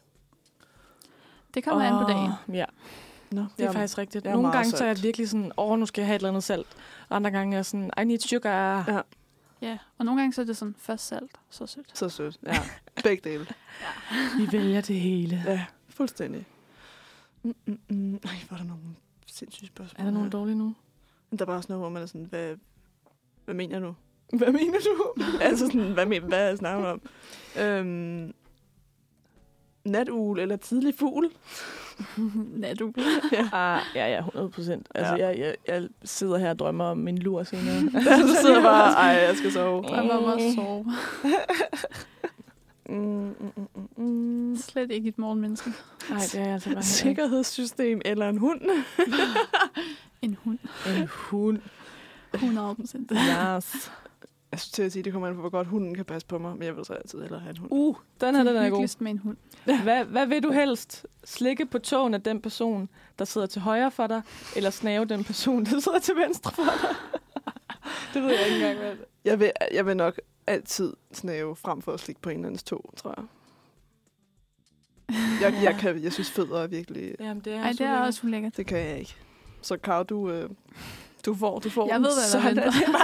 Det kommer oh, an på dagen. Ja. No, det er jeg, faktisk rigtigt. Nogle gange salt. Så er jeg virkelig sådan, åh, oh, nu skal jeg have et eller andet salt. Andre gange er jeg sådan, I need sugar. Ja. Ja, og nogle gange så er det sådan, først salt, så sødt. Så sødt, ja. Begge dele. Ja. Vi vælger det hele. Ja, fuldstændig. Mm, mm, mm. Ej, hvor er der nogle sindssyge spørgsmål. Er der nogle dårlige nu? Der er bare sådan noget, hvor man er sådan, hvad, hvad mener du? Hvad mener du? altså sådan, hvad, men, hvad jeg snakker om? Øhm, natugle eller tidlig fugl? Nej, du. Ja. Ah, ja, ja, hundrede procent. Altså, Ja. jeg, jeg, jeg sidder her og drømmer om min lur senere. Så sidder jeg bare, ej, jeg skal sove. Drømmer om at sove. Mm, mm, mm, mm. Slet ikke et morgenmenneske. Nej, det er jeg altså bare ikke. Sikkerhedssystem eller en hund? En hund. En hund. hundrede procent. Yes. Jeg skulle til at sige, det kommer an på, hvor godt hunden kan passe på mig, men jeg vil så altid hellere have en hund. Uh, den her, den er god. Hyggeligst med en hund. Hvad, hvad vil du helst? Slikke på tåen af den person, der sidder til højre for dig, eller snave den person, der sidder til venstre for dig? Det ved jeg ikke engang, hvad. Jeg vil, jeg vil nok altid snave frem for at slikke på en eller andens tå, tror jeg. Jeg, jeg, kan, jeg synes, fødder er virkelig... Jamen, det er, Ej, det er også ulækkert. Det kan jeg ikke. Så Karo, du, øh, du får, du får Jeg den. ved, hvad der Sådan. venter.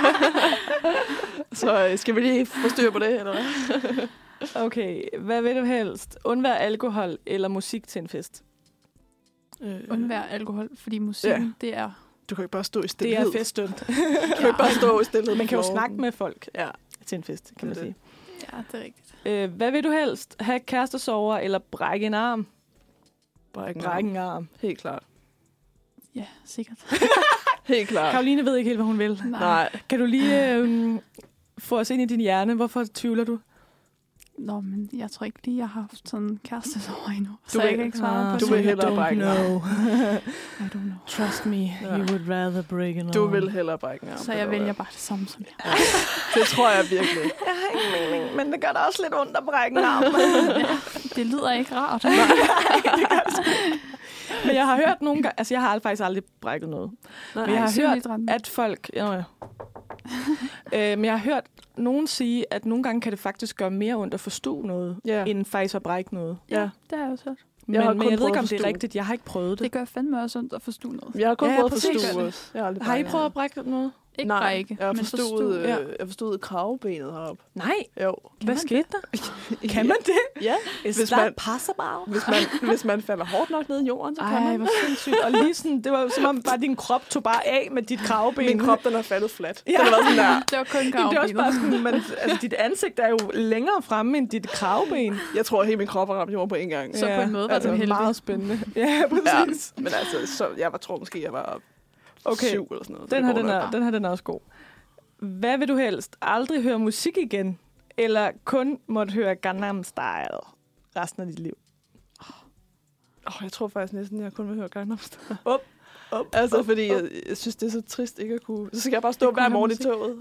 Så øh, skal vi lige få styr på det, eller hvad? Okay, hvad vil du helst? Undvær alkohol eller musik til en fest? Øh, Undvær alkohol, fordi musikken, Ja. det er... Du kan ikke bare stå i Det stillhed. er feststund. Du kan ikke bare stå i stillhed. Man kan jo på snakke floor. med folk Ja, til en fest, kan man Det er sige. Ja, det er rigtigt. Øh, hvad vil du helst? Have kærestesover eller brække en arm? bare ikke Brække noget. en arm. Helt klart. Ja, sikkert. Helt klart. Karoline ved ikke helt, hvad hun vil. Nej. Nej. Kan du lige øh, få os ind i din hjerne? Hvorfor tvivler du? Nå, men jeg tror ikke lige, jeg har haft sådan en kæreste over endnu. Så vil- jeg kan ikke svare på du det. vil hellere brække en arm. know. I don't know. Trust me, Ja. you would rather break an arm. Du vil hellere brække en arm. Så jeg vælger bare det samme som jeg. Ja. Det tror jeg virkelig. Jeg har ingen mening, men det gør da også lidt ondt at brække en arm. Det lyder ikke rart. Men jeg har hørt nogle gange, altså jeg har faktisk aldrig brækket noget. Nej, Men jeg har syg hørt, idrætten. at folk... Ja, ja. øh, men jeg har hørt nogen sige, at nogle gange kan det faktisk gøre mere ondt at forstå noget, Ja. end faktisk at brække noget. Ja. Det har jeg også hørt. Men Jeg jeg, har men kun jeg ved prøvet ikke, om at det er forstå. rigtigt. Jeg har ikke prøvet det. Det gør fandme også ondt at forstå noget. Jeg har kun Ja, prøvet at præcis. forstå også. Jeg har, aldrig Har I brækket prøvet en at brække noget? Ikke Nej, brække, jeg har men forstået, forstå. øh, Ja. jeg forstod kravebenet heroppe. Nej. Jo. Hvad man skete der? Kan man det? Ja. Is Hvis that man- possible? Hvis man, hvis man falder hårdt nok ned i jorden, så kan Ej, man. hvor sindssygt. Og lige sådan, det var som om bare din krop tog bare af med dit kravben. Min krop, den er faldet fladt. Ja. Den har været sådan der. Det var kun Jamen, det er også gavbenet. bare sådan, man, altså dit ansigt er jo længere fremme end dit kravben. Jeg tror, at hele min krop har ramt jorden på en gang. Så på en måde var altså, du heldig. meget spændende. Ja, Ja, præcis. men altså, så, jeg var, tror måske, jeg var Okay, syv eller sådan noget. så den det her, går den, nok. er, den her den er også god. Hvad vil du helst? Aldrig høre musik igen? Eller kun måtte høre Gangnam Style resten af dit liv? Oh, jeg tror faktisk næsten, jeg kun vil høre Gangnam Style. Up, up, Altså, up, fordi up. jeg, jeg synes, det er så trist ikke at kunne... Så skal jeg bare stå Det hver kunne morgen i have toget.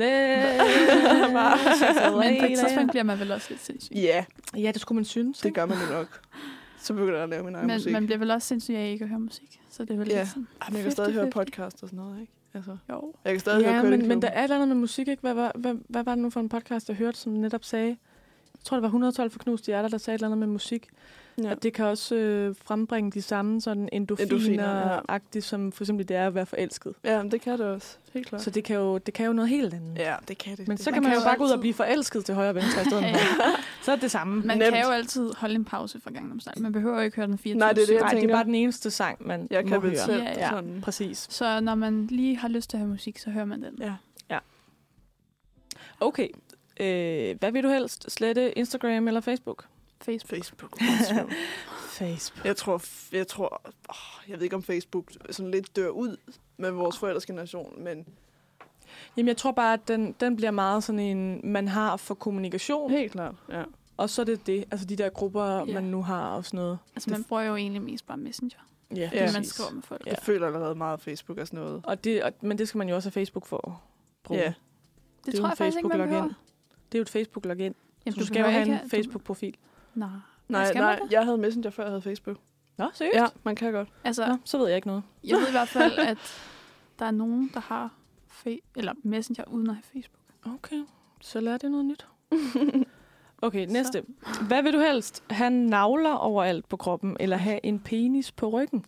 Men på et tidspunkt bliver man vel også lidt sindssyg. Ja, Ja, det skulle man synes. det gør man jo nok. Så begynder jeg at lave min egen Men musik. man bliver vel også sindssyg af ikke at høre musik. Så det er vel Ja. lidt sådan... Ej, men jeg kan stadig høre fifty fifty. podcast og sådan noget, ikke? Altså, Jo. jeg kan stadig høre Ja, Curly men, men Club. der er et eller andet med musik, ikke? Hvad var, hvad, hvad var det nu for en podcast, jeg hørte, som netop sagde... Jeg tror, det var et hundrede og tolv for knuste hjerter, der sagde et eller andet med musik. Ja. At det kan også øh, frembringe de samme sådan Endorfiner, endorfiner-agtigt, som for eksempel det er at være forelsket. Ja, men det kan det også. Helt klart. Så det kan jo, det kan jo noget helt andet. Ja, det kan det. Men det så Man kan man, kan jo jo bare gå ud og altid- blive forelsket til højre og venstre i stedet Ja. for. Så er det samme. Man Nemt. kan jo altid holde en pause fra Gangnam Style. Man behøver jo ikke høre den fireogtyve Nej, det er det, jeg Nej, det er tænker. bare den eneste sang, man Jeg må kan vel høre. selv Ja, ja. sådan... Præcis. Så når man lige har lyst til at høre musik, så hører man den. Ja. Okay. Øh, hvad vil du helst? Slette Instagram eller Facebook? Facebook. Facebook. Facebook. Jeg tror, jeg tror, åh, jeg ved ikke om Facebook sådan lidt dør ud med vores forældres generation, men Jamen, jeg tror bare, at den, den bliver meget sådan en, man har for kommunikation. helt klart, ja. Og så er det det. Altså de der grupper, Ja. man nu har og sådan noget. Altså, man bruger jo egentlig mest bare Messenger. Ja, Ja. Fordi man skriver med folk. Ja. Jeg føler allerede meget, at Facebook er sådan noget. Og det, og, men det skal man jo også have Facebook for at bruge. Ja, Det, det er jo tror en jeg faktisk ikke, man Facebook-login. behøver. Det er jo et Facebook-login. Jamen, Så du skal jo behøver have ikke en have- du- Facebook-profil. Nej. nej, skal nej, man det? jeg havde Messenger, før jeg havde Facebook. Nå, seriøst? Ja, man kan godt. Altså, Nå, så ved jeg ikke noget. jeg ved i hvert fald, at der er nogen, der har fe- eller Messenger uden at have Facebook. Okay, så lær det noget nyt. Okay, næste. Hvad vil du helst? Have navler overalt på kroppen, eller have en penis på ryggen?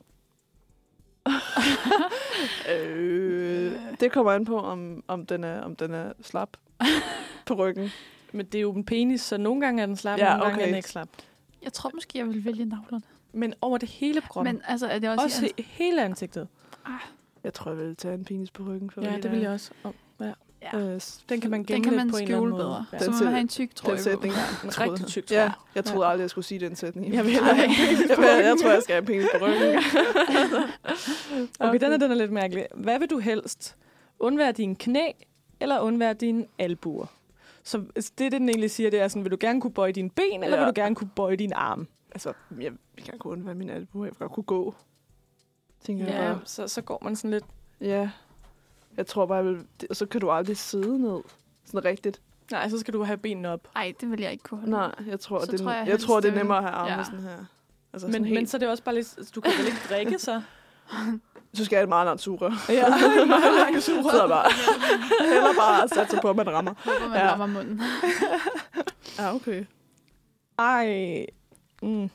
øh, det kommer an på, om, om, den, er, om den er slap på ryggen. Men det er jo en penis, så nogle gange er den slap, Ja, ja, nogle gange okay. er den ikke slap. Jeg tror måske, jeg vil vælge navlerne. Men over det hele på kroppen. Men altså, er det også... også he- hele ansigtet. Jeg tror, jeg vil tage en penis på ryggen. For Ja, at det vil jeg også. Oh, ja. Ja. Øh, Den kan man Den gemme kan man lidt på en eller anden skjule måde. bedre. Ja. Så Den må man sæt- have en tyk trøje den på. sætning. En rigtig tyk Ja, trøje. jeg troede aldrig, jeg skulle sige den sætning. Jeg vil heller ikke have penis på jeg, jeg ryggen. tror, jeg skal have penis på ryggen. Okay, den er, den er lidt mærkelig. Hvad vil du helst? Undvære dine knæ, eller undvære dine albuer? Så det, det den egentlig siger, det er sådan, vil du gerne kunne bøje dine ben, eller Ja. vil du gerne kunne bøje dine arme? Altså, jeg vil gerne kunne undvære min albu. Jeg vil godt kunne gå. Tænker jeg Ja, bare. så, så går man sådan lidt... Ja. Jeg tror bare, jeg vil... det- Og så kan du aldrig sidde ned. Sådan rigtigt. Nej, så skal du have benene op. Ej, det vil jeg ikke kunne. Nej, jeg tror, Så det, tror jeg jeg, jeg helst, tror, det er det vil- nemmere at have armene ja. sådan her. Altså, Men, sådan men helt, så er det også bare lidt... Du kan vel ikke drikke, så? så skal jeg have et meget langt sugerør. Ja, meget lange Så er der bare... Eller bare at satse på, at man rammer. Håber, man Ja. rammer munden. Ja, okay. Ej. Mm.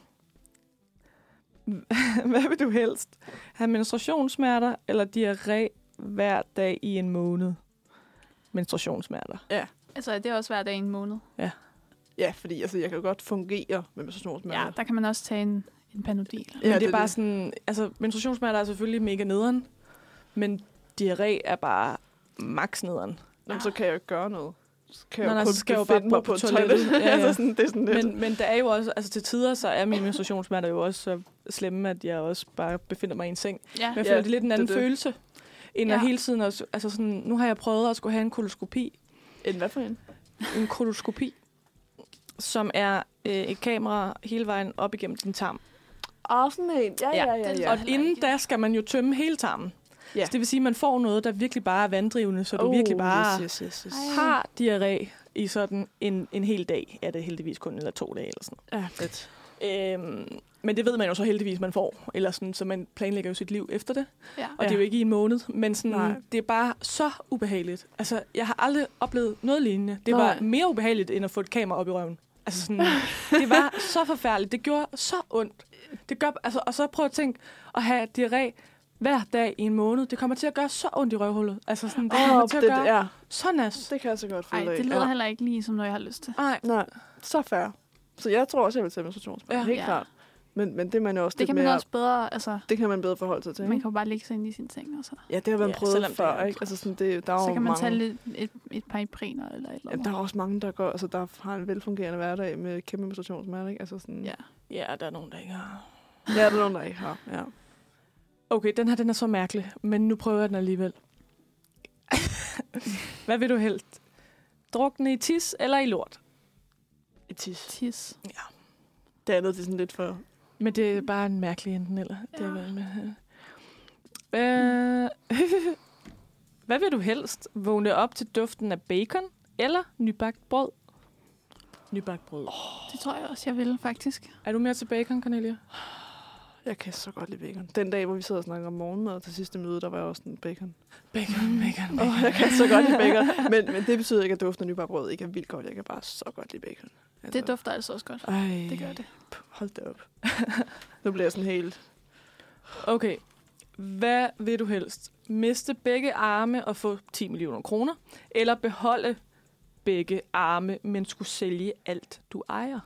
Hvad vil du helst? Have menstruationssmerter eller diarré hver dag i en måned? Menstruationssmerter. Altså, er det også hver dag i en måned? Ja, fordi altså, jeg kan jo godt fungere med menstruationssmerter. Ja, der kan man også tage en, en Panodil. Men Ja, det er bare sådan... Altså, menstruationssmerter er selvfølgelig mega nederen, men diarré er bare max nederen. Jamen, så kan jeg jo ikke gøre noget. Så kan Nå, jeg nej, jo kun så skal jeg jo befinde bare mig på på et toilettet. toilet. Ja, ja. altså, sådan, det er sådan lidt. Men, men der er jo også... Altså, til tider, så er mine menstruationssmerter jo også så slemme, at jeg også bare befinder mig i en seng. Ja. Men jeg Ja, føler, det er lidt en anden det er det. følelse, end Ja. at hele tiden også... Altså sådan, nu har jeg prøvet at skulle have en koloskopi. En hvad for en? En koloskopi, som er øh, et kamera hele vejen op igennem din tarm. Ah, sådan en. Ja, Ja, ja, ja. den- ja. Og heller inden ikke. da skal man jo tømme hele tarmen. Ja. Så det vil sige, at man får noget, der virkelig bare er vanddrivende, så du Oh, virkelig bare Yes, yes, yes, yes. Ej. har diarré i sådan en, en hel dag. Er det heldigvis kun eller to dage eller sådan Ja, fedt. noget. Øhm, men det ved man jo så heldigvis, man får. Eller sådan, så man planlægger jo sit liv efter det. Ja. Og det er jo ikke i en måned, men sådan, Nej. det er bare så ubehageligt. Altså, jeg har aldrig oplevet noget lignende. Det Nej. var mere ubehageligt, end at få et kamera op i røven. Altså sådan, det var så forfærdeligt. Det gjorde så ondt. Det gør, altså, og så prøv at tænke at have diarré hver dag i en måned. Det kommer til at gøre så ondt i røvhullet. Altså sådan, det kommer Åh, til at det, gøre ja, så nas. det kan jeg så godt følge Ej, af. det lyder Ja. heller ikke lige som noget, jeg har lyst til. Nej, Nej, så fair. Så jeg tror også, jeg vil tage menstruationssmerter. Ja. Helt Ja. klart. Men, men det er man jo også Det lidt kan man mere... også bedre, altså, Det kan man bedre forholde sig til. man ikke? kan jo bare ligge sig ind i sin seng, og så, Ja, det har været Ja, prøvet selvom det før, er ikke? Altså sådan, det, der er så jo kan man mange... tage lidt, et, et par Ipriner eller et eller Ja, andet. der er også mange, der går, altså der har en velfungerende hverdag med kæmpe menstruationssmerter, ikke? Altså sådan... Ja. ja, der er nogen, der ikke har. Ja, der er nogen, der ikke har. Ja. Okay, den her, den er så mærkelig, men nu prøver jeg den alligevel. Hvad vil du helst? Drukne i tis eller i lort? I tis. Tis. Det andet, det er sådan lidt for... Men det er bare en mærkelig enten eller. Det er Ja. vel med. Øh, hvad vil du helst? Vågne op til duften af bacon eller nybagt brød? Nybagt brød. Oh. Det tror jeg også, jeg vil, faktisk. Er du mere til bacon, Cornelia? Jeg kan så godt lide bacon. Den dag, hvor vi sidder og snakker om morgenmad til sidste møde, der var jeg også sådan bacon. Bacon, bacon, Åh, oh, jeg kan så godt lide bacon. Men, men det betyder ikke, at duften af nybagt brød ikke er vildt godt. Jeg kan bare så godt lide bacon. Altså, Det dufter altså også godt. Ej, Det gør det. hold da op. Nu bliver jeg sådan helt... Okay. Hvad vil du helst? Miste begge arme og få ti millioner kroner? Eller beholde begge arme, men skulle sælge alt, du ejer?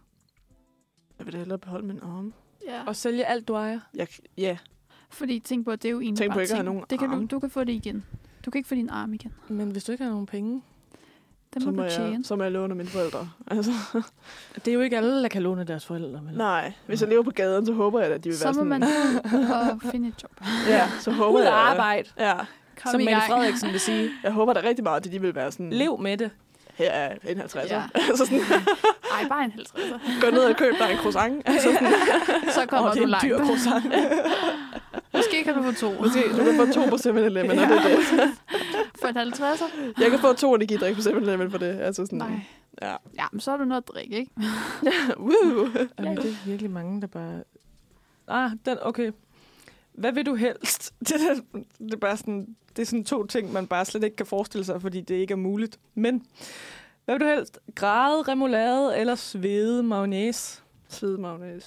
Jeg vil hellere beholde min arme. Ja. Og sælge alt, du ejer? Jeg, ja, Fordi tænk på, at det er jo egentlig Tænk på bare ikke at have ting. nogen Det kan du, arme. du kan få det igen. Du kan ikke få din arm igen. Men hvis du ikke har nogen penge... Den så må må, du tjene. jeg, så må jeg låne mine forældre. Altså, Det er jo ikke alle, der kan låne deres forældre. Vel? nej, hvis jeg lever på gaden, så håber jeg, at de vil Så være må sådan... man ud og finde et job. Ja, så håber Ud jeg... at arbejde, Ja, Kom som i Mette gang. Frederiksen vil sige. jeg håber da rigtig meget, at de vil være sådan... Lev med det. Her er en halvtredser. Ja. altså sådan, Ej, bare en halvtredser. gå ned og køb dig en croissant. Altså sådan, Så kommer Åh, det du er en langt. dyr croissant. Måske kan du få to. måske, du kan få to på seven eleven, ja. Det er det. For en halvtredser? Jeg kan få to energidrik på seven eleven for det. Altså sådan, Nej. Ja. Ja, men så er du noget at drikke, ikke? Woo. Jamen, det er virkelig mange, der bare... Ah, den, okay. Hvad vil du helst? Det er, det er bare sådan, det er sådan to ting, man bare slet ikke kan forestille sig, fordi det ikke er muligt. Men, hvad vil du helst? Græde, remoulade eller svede mayonnaise? Svede mayonnaise.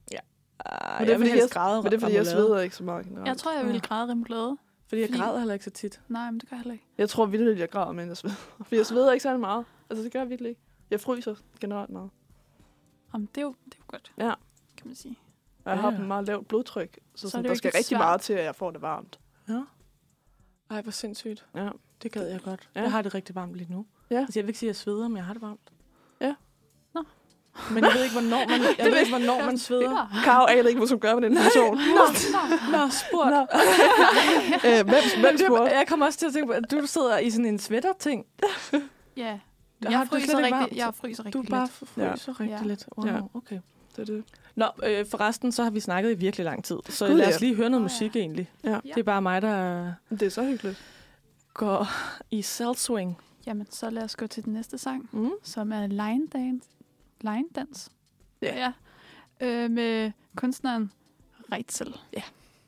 Ah, Men det er, jeg vil fordi, helst jeg, græde men det er, fordi jeg remoulade. sveder ikke så meget generelt. Jeg tror, jeg ville græde remoulade. Fordi jeg fordi- græder heller ikke så tit. Nej, men det gør jeg heller ikke. Jeg tror vildt, at jeg græder, men jeg sveder. For jeg sveder ikke særlig meget. Altså, det gør jeg virkelig ikke. Jeg fryser generelt meget. Jamen, det er jo, det er jo godt, Ja. kan man sige. Og jeg Ja, har ja. et meget lavt blodtryk. Så, Så er sådan, det jo der ikke skal lidt rigtig svært. meget til, at jeg får det varmt. Ja. Ej, hvor sindssygt. Ja. Det gad jeg godt. Ja. Jeg har det rigtig varmt lige nu. Ja. Altså, jeg vil ikke sige, at jeg sveder, men jeg har det varmt. Ja. Nå. Men jeg ved ikke, hvornår man, jeg ved ikke, hvornår man sveder. Karo aner ikke, hvad som gør med den person. Nå, nå, spurgt. Nå. øh, hvem, hvem spurgte? Jeg kommer også til at tænke på, at du sidder i sådan en sweater-ting. Ja. Har Jeg du det fryser slet ikke rigtig, varmt? jeg fryser Du rigtig bare lidt. fryser ja. rigtig Ja. lidt. Wow, Ja. okay. Det er det. Nå, øh, forresten, så har vi snakket i virkelig lang tid. Så Gud, lad ja. os lige høre noget Åh, ja. musik egentlig. Ja. Det er bare mig, der Det er så hyggeligt. går i selvswing. Jamen, så lad os gå til den næste sang, Mm. som er Line Dance. Line Dance? Ja. Ja. Øh, med kunstneren Reitzel. Ja.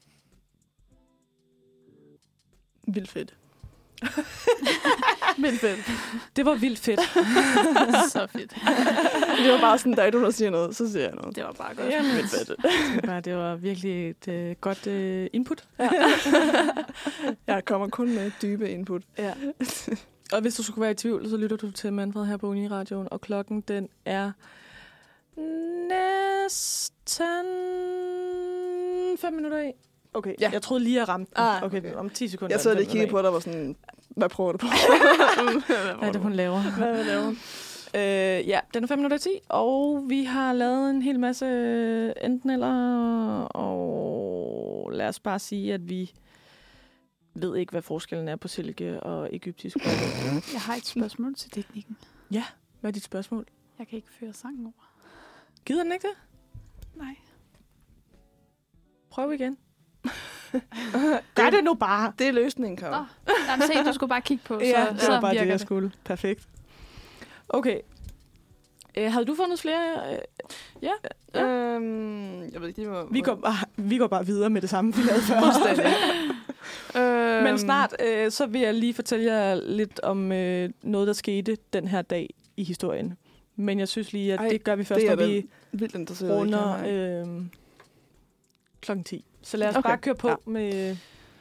Vildt fedt. Vildt fedt. Det var vildt fedt. Så fedt. Det var bare sådan, der er du, der siger noget, så siger jeg noget. Det var bare godt. Jamen, Vildt fedt. det var, det var virkelig et øh, godt øh, input. Ja. Jeg kommer kun med dybe input. Ja. Og hvis du skulle være i tvivl, så lytter du til Manfred her på Uniradioen, og klokken den er næsten fem minutter i. Okay, Ja. jeg troede lige, jeg ramte den. Ah, okay, okay. om ti sekunder. Jeg sad er den lige og fem kiggede på minutter dig og var sådan, hvad prøver du på? i. Hvad er det, hun laver? Hvad laver hun? Øh, ja, den er fem minutter i ti, og vi har lavet en hel masse enten eller, og lad os bare sige, at vi ved ikke, hvad forskellen er på silke og egyptisk røgel. Jeg har et spørgsmål til teknikken. Hvad er dit spørgsmål? Jeg kan ikke føre sangen over. Gider den ikke det? Nej. Prøv igen. Gør det nu bare. Det er løsningen, Karo. Nå. Jamen, se, du skulle bare kigge på, så, Ja, det så var bare virker det, jeg det. skulle. Perfekt. Okay. Øh, havde du fundet flere? Øh, Ja. Øhm, jeg ved ikke, det var... vi, går bare, vi går bare videre med det samme, vi lavede før. Fuldstændig. øhm, Men snart, øh, så vil jeg lige fortælle jer lidt om øh, noget, der skete den her dag i historien. Men jeg synes lige, at Ej, det gør vi først, det er når vi da vildt interesseret i, runder kan jeg. øh, klokken ti. Så lad os Okay. bare køre på Ja. med...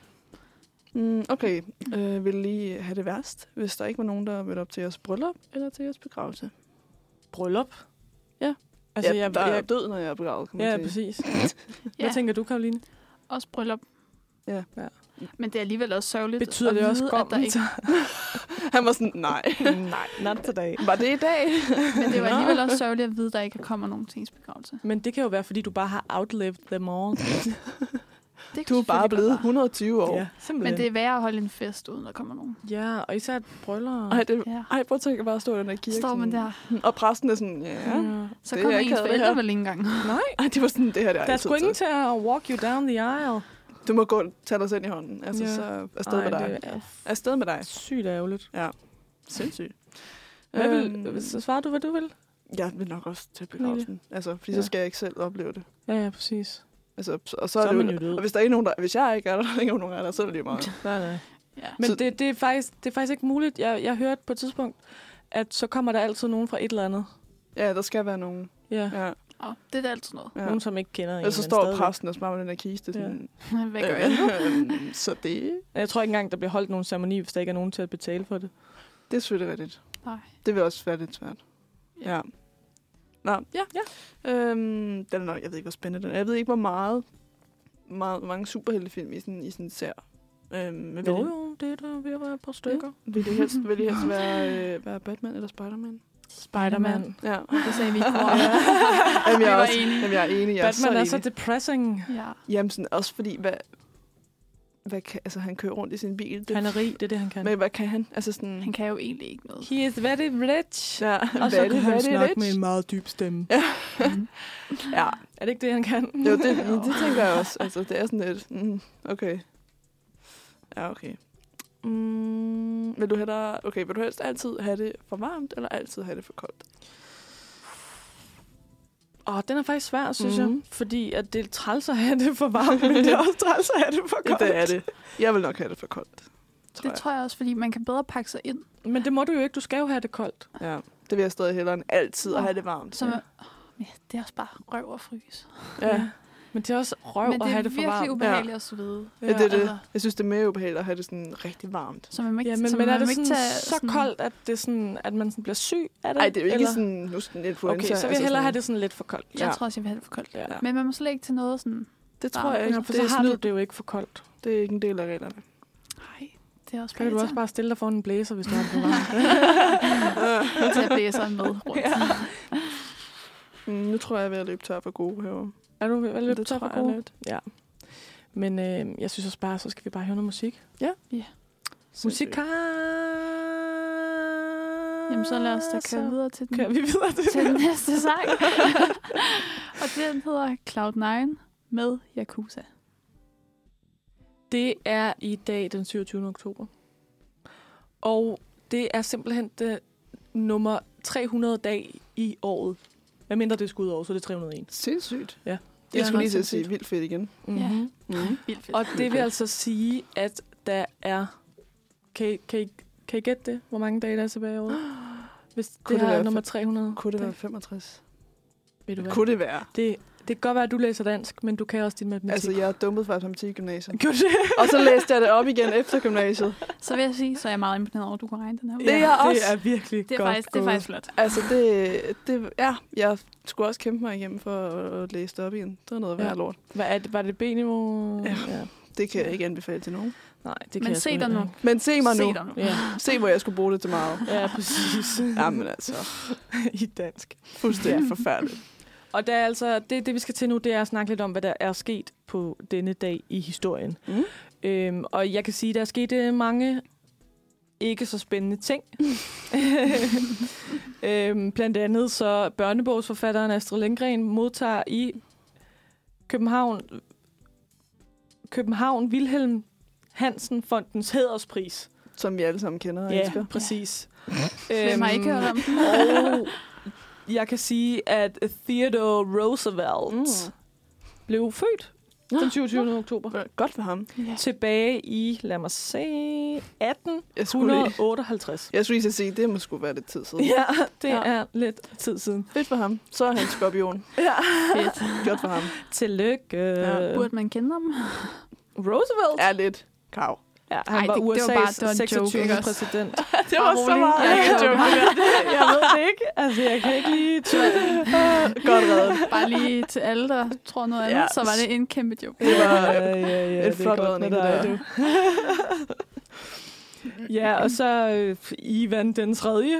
Mm, okay, øh, vil I lige have det værst, hvis der ikke var nogen, der mødte op til jeres bryllup eller til jeres begravelse? bryllup. Ja. Altså, ja, jeg, der er jeg, død, når jeg er begravet. Kan man ja, sige. præcis. Hvad Ja, tænker du, Karoline? også bryllup. Ja. Ja. Men det er alligevel også sørgeligt Betyder at det også vide, at der gommen? ikke... Han var sådan, nej. Nej, not today. Var det i dag? Men det var Nå. alligevel også sørgeligt at vide, at der ikke kommer nogen til ens begravelse. Men det kan jo være, fordi du bare har outlived them all. Det Du er bare blevet et hundrede og tyve år. Ja, simpelthen. Men det er værre at holde en fest, uden der kommer nogen. Ja, og især et bryllup. Ej, det, Ja. ej, prøv at tænke bare at stå i den der kirke. Står man sådan, der, Og præsten er sådan, ja. Ja. så Det er kommer ikke ens det forældre her. vel ikke engang. Nej, Ej, det var sådan, det her der. der er sgu ingen til at walk you down the aisle. Du må gå og tage dig selv i hånden. Altså, Ja. så afsted Ej, med dig. det er Afsted med dig. sygt ærgerligt. Ja. Sindssygt. Hvad Øhm, vil, så svarer du, hvad du vil? Jeg vil nok også til begravelsen. Altså, fordi Ja. så skal jeg ikke selv opleve det. Ja, ja, præcis. Altså, og så, Så er er det man jo, jo død. og hvis der er ikke nogen der, hvis jeg ikke er der, der er ikke nogen der er der, så er det lige meget. Nej, nej. Ja. Men Så- det, det, er faktisk, det er faktisk ikke muligt. Jeg, jeg hørte på et tidspunkt, at så kommer der altid nogen fra et eller andet. Ja, der skal være nogen. Ja, Ja. Oh, det er da altid noget. Ja. nogen, som ikke kender en. Og så men står stadigvæk. præsten og smager med den der kiste. Sådan, Hvad gør jeg nu? øh, så det, Jeg tror ikke engang, der bliver holdt nogen ceremoni, hvis der ikke er nogen til at betale for det. det er selvfølgelig rigtigt. Nej. Det vil også være lidt svært. Ja. Ja. Nå, ja. Ja. Øhm, den er nok, jeg ved ikke, hvor spændende den er. Jeg ved ikke, hvor meget, meget hvor mange superheltefilm i sådan, i sådan ser. Øhm, men Jo, vil, jo, det er der ved at være et par stykker. vil det helst, vil det helst være, øh, være Batman eller Spider-Man? Spider-Man. Ja. Det sagde vi ikke. Jamen, jeg, Vi er var også, enige. jamen, jeg er enig. Jeg er Batman er så så enig. depressing. Ja. Jamen, sådan, også fordi, hvad, hvad kan, altså, han kører rundt i sin bil. Det, Han er rig, det er det, han kan. men hvad kan han? Altså sådan... Han kan jo egentlig ikke noget. He is very rich. Ja, Og så hvad er det, kan hvad han er det, snakke lidt? med en meget dyb stemme. Ja, Er det ikke det, han kan? jo, det, det tænker jeg også. Altså, det er sådan lidt... Mm, okay. Ja, okay. Mm, vil du hellere, okay, vil du helst altid have det for varmt, eller altid have det for koldt? Åh, oh, den er faktisk svær, synes Mhm. mm-hmm. jeg. Fordi at det er træls at have det for varmt, men det er også træls at have det for Ja, koldt. det er det. Jeg vil nok have det for koldt. Tror Det jeg. tror jeg også, fordi man kan bedre pakke sig ind. Men det må du jo ikke. Du skal jo have det koldt. Ja, det vil jeg stadig hellere end altid at Nå. have det varmt. Så ja. Ja, det er også bare røv og frys. Ja. Men det er også røv Men at det have er det for virkelig varmt. ubehageligt at svede. Ja, det er det. Altså, Jeg synes, det er mere ubehageligt at have det sådan rigtig varmt. så man må ikke, Ja, men, så men man er det må sådan, ikke tage så koldt, at, det er sådan, at man sådan bliver syg af det? Nej, det er jo ikke Eller? sådan, nu sådan influenza. Okay, så vil jeg altså hellere sådan, have det sådan lidt for koldt. Jeg Ja. tror også, jeg vil have det for koldt. Ja. Ja. Men man må slet ikke til noget sådan... Det tror Varmt. jeg ikke. Ja, for det, er så har snyd. du det jo ikke for koldt. Det er ikke en del af reglerne. Nej, Det er også kan du også bare stille dig foran en blæser, hvis du har det for varmt. til at blæse med rundt. Ja. Mm, nu tror jeg, jeg er ved at løbe tør for gode herovre. Er du ved at løbe Det tør tror for jeg gode? lidt. Ja. Men øh, jeg synes også bare, så skal vi bare høre noget musik. Ja. Ja. Musikar. Jamen, så lad os da køre videre til den, Kører vi videre til, til den næste sang. Og den hedder Cloud nine med Yakuza. Det er i dag den syvogtyvende oktober. Og det er simpelthen det nummer tre hundrede dag i året. Hvad mindre det er skudår, så er det tre hundrede og en. Sindssygt. Ja. Det jeg skulle meget lige til at sindssygt. sige vildt fedt igen. Mm-hmm. Ja. Mm. Vildt fedt. Og det vil altså sige, at der er... Kan I, kan I, kan I gætte det? Hvor mange dage der er tilbage i året? Hvis det, Kunne det det her er være nummer fe- tre hundrede. Kunne det være femogtres? Ved du hvad? Kunne det være? Det, det kan godt være, at du læser dansk, men du kan også din matematik. Altså, jeg er dumpet fra matematik i gymnasiet. Gjorde det? Og så læste jeg det op igen efter gymnasiet. Så vil jeg sige, så er jeg meget imponeret over, at du kan regne den her ud. Det er jeg også. Det er virkelig Det er, godt faktisk, det er gået. faktisk flot. Altså, det, det... Ja, jeg skulle også kæmpe mig igennem for at læse det op igen. Det var noget værd Ja. lort. Hvad er det, var det B-niveau? Ja. Det kan jeg ikke anbefale til nogen. Nej, det kan Men jeg se sgu dig ikke. nu. Men se mig Se nu. dig nu. Ja, Se, hvor jeg skulle bruge det til meget. ja præcis. Jamen altså, I dansk. fuldstændig forfærdeligt. Og der er altså, det, det, vi skal til nu, det er at snakke lidt om, hvad der er sket på denne dag i historien. Mm. Øhm, og jeg kan sige, at der er sket øh, mange ikke så spændende ting. øhm, blandt andet så børnebogsforfatteren Astrid Lindgren modtager i København København Wilhelm Hansen Fondens hæderspris. Som vi alle sammen kender og Ja, elsker. præcis. Hvem har ikke hørt om den? Og jeg kan sige, at Theodore Roosevelt mm. blev født den syvogtyvende oktober. Godt for ham. Ja. Tilbage i, lad mig se, atten Jeg skulle, lige, otteoghalvtreds. jeg skulle lige til at sige, det må sgu være lidt tid siden. Ja, det Ja. er lidt tid siden. Fedt for ham. Så er han skorpion. Ja. Fedt. Godt for ham. Tillykke. Ja. Burde man kende ham? Roosevelt? Er lidt kav. Ja, han Ej, var det- det var U S A's bare- det var en joke, seksogtyvende ikke også? præsident. Det var så meget. Jeg en kan joke. Jeg ved det ikke. Altså, jeg kan ikke lige... Godt reddet. Bare lige til alle, der tror noget andet, Ja. så var det en kæmpe joke. Det var ja, ja, ja, et det er flot godt redning, med det dig, der. du. Ja, og så øh, Ivan den tredje.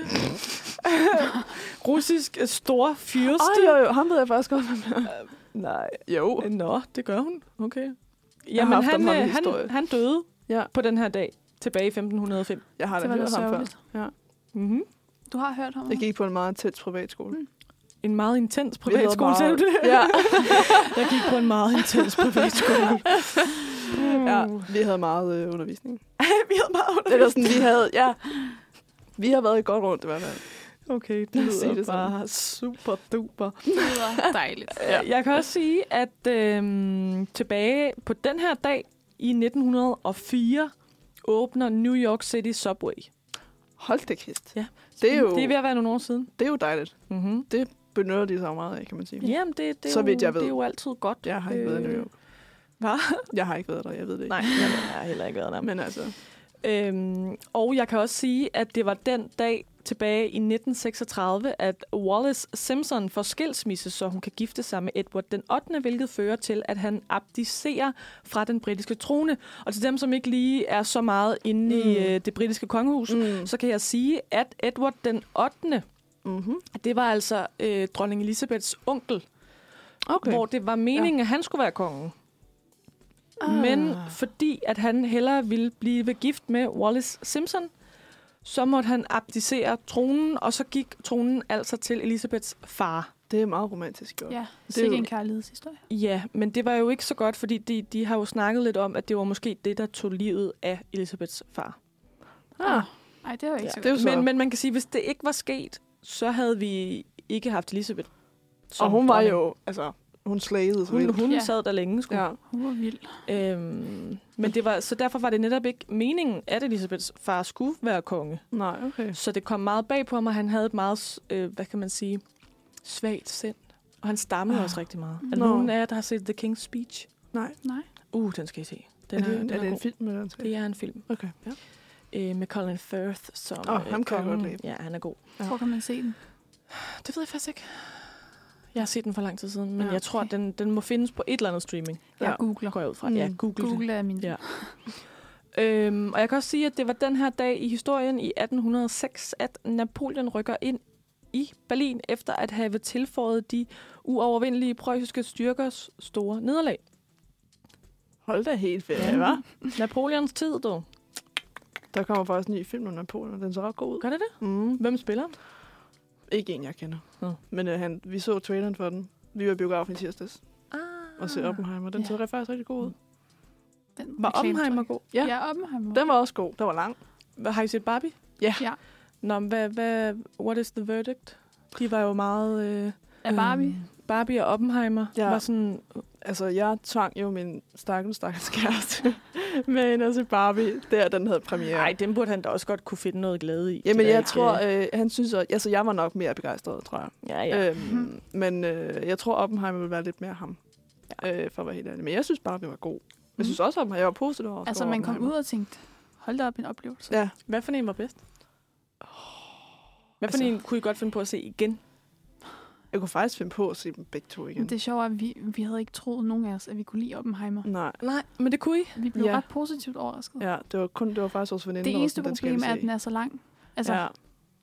Russisk øh, stor fyrste. Åh, jo, jo. Ham ved jeg faktisk godt. Nej. Jo. Nå, det gør hun. Okay. har Jamen, haft han, om ham i øh, historie. han, han døde Ja. på den her dag, tilbage i femten hundrede og fem. Jeg har da Det var hørt da ham før. sørgeligt. Ja. Mm-hmm. Du har hørt ham? Jeg gik på en meget tæt privatskole. Mm. En meget intens Vi havde privatskole, meget- sagde du det? Ja. Jeg gik på en meget intens privatskole. ja. Vi havde meget øh, undervisning. Vi havde meget under. Eller sådan, vi havde... Ja. Vi har været godt rundt i hvert fald. Okay, det Lad os sige lyder det sådan. bare super duper. Det var dejligt. Ja. Jeg kan også sige, at øhm, tilbage på den her dag i nitten hundrede og fire åbner New York City Subway. Hold da kæft. Ja. Det er jo, Det er ved at være nogle år siden. det er jo dejligt. Mm-hmm. Det benytter de så meget af, kan man sige. Jamen, det, det, er Så jo, vidt jeg ved. det er jo altid godt. Jeg har ikke været i New York. Hvad? Jeg har ikke været der, jeg ved det ikke. Nej, jeg har heller ikke været der. Men altså, Øhm, og jeg kan også sige, at det var den dag tilbage i nitten seksogtredive, at Wallis Simpson får skilsmisse, så hun kan gifte sig med Edward den ottende, hvilket fører til, at han abdicerer fra den britiske trone. Og til dem, som ikke lige er så meget inde mm. i øh, det britiske kongehus, mm. så kan jeg sige, at Edward den ottende, Mm-hmm. det var altså øh, dronning Elisabeths onkel, Okay. hvor det var meningen, ja. at han skulle være kongen. Ah. Men fordi at han hellere ville blive gift med Wallis Simpson, så måtte han abdicere tronen, og så gik tronen altså til Elisabeths far. Det er meget romantisk gjort. Ja, Det det er er jo- en kærlighedshistorie. Ja, men det var jo ikke så godt, fordi de, de har jo snakket lidt om, at det var måske det, der tog livet af Elisabeths far. Ah. Nej, det var ikke Ja. så Det er jo godt. så- Men, men man kan sige, hvis det ikke var sket, så havde vi ikke haft Elisabeth. som Og hun var dronning. jo, altså, hun slagede så Hun, vildt. hun Ja. sad der længe, sgu. Ja. Hun var vild. Øhm, men det var, så derfor var det netop ikke meningen, at Elisabeths far skulle være konge. Nej, okay. Så det kom meget bag på ham, og han havde et meget, øh, hvad kan man sige, svagt sind. Og han stammede Ah. også rigtig meget. Er Nå. der nogen af jer, der har set The King's Speech? Nej. Nej. Uh, den skal I se. Den Er det, den er det en god. film eller en serie? Det er en film. Okay. Ja. Øh, med Colin Firth som Åh, øh, ham kan jeg kongen. godt lide. Ja, han er god. Ja. Hvor kan man se den? Det ved jeg faktisk ikke. Jeg har set den for lang tid siden, men Ja, jeg tror, okay. den, den må findes på et eller andet streaming. Jeg Ja. googler. Går jeg ud fra. Mm. Ja, Google, Google er min. Ja. Øhm, og jeg kan også sige, at det var den her dag i historien i atten hundrede og seks, at Napoleon rykker ind i Berlin, efter at have tilføjet de uovervindelige preussiske styrkers store nederlag. Hold da helt fedt, ja. Hva'? Napoleons tid, dog. Der kommer faktisk en ny film om Napoleon, og den så ret god ud. Gør det det? Mm. Hvem spiller den? Ikke en, jeg kender. Mm. Men uh, han, vi så traileren for den. Vi var i biografen i tirsdags. Ah. Og se Oppenheimer. Den Ja. så faktisk rigtig god ud. Den Var reklame, Oppenheimer tror god? Ja. jeg. Ja, Oppenheimer. Den var også god. Den var lang. Har I set Barbie? Ja. Ja. Nå, men hvad, hvad, what is the verdict? De var jo meget... Øh, Af Barbie. øhm, Barbie og Oppenheimer Ja. var sådan... Altså, jeg tvang jo min stakkels, stakkels kæreste med ind og se Barbie, der den havde premiere. Nej, den burde han da også godt kunne finde noget glæde i. Jamen, Det er jeg ikke- tror, øh, han synes, at altså, jeg var nok mere begejstret, tror jeg. Ja, ja. Øhm, men øh, jeg tror, Oppenheimer vil være lidt mere ham, ja. øh, for at være helt ærlig. Men jeg synes bare, det var god. Jeg synes også, at jeg var positiv over. Altså, man kom ud og tænkte, hold da op, en oplevelse. Ja. Hvad for en var bedst? Hvad for altså- en kunne I godt finde på at se igen? Jeg kunne faktisk finde på at se dem begge to igen. Det er sjovt, at vi, vi havde ikke troet, nogen af os, at vi kunne lide Oppenheimer. Nej. Nej, men det kunne I. Vi blev Ja. ja. ret positivt overrasket. Ja, det var kun det var faktisk vores veninde. Det der var eneste sådan, den skal problem vi er, at se. den er så lang. Altså, Ja.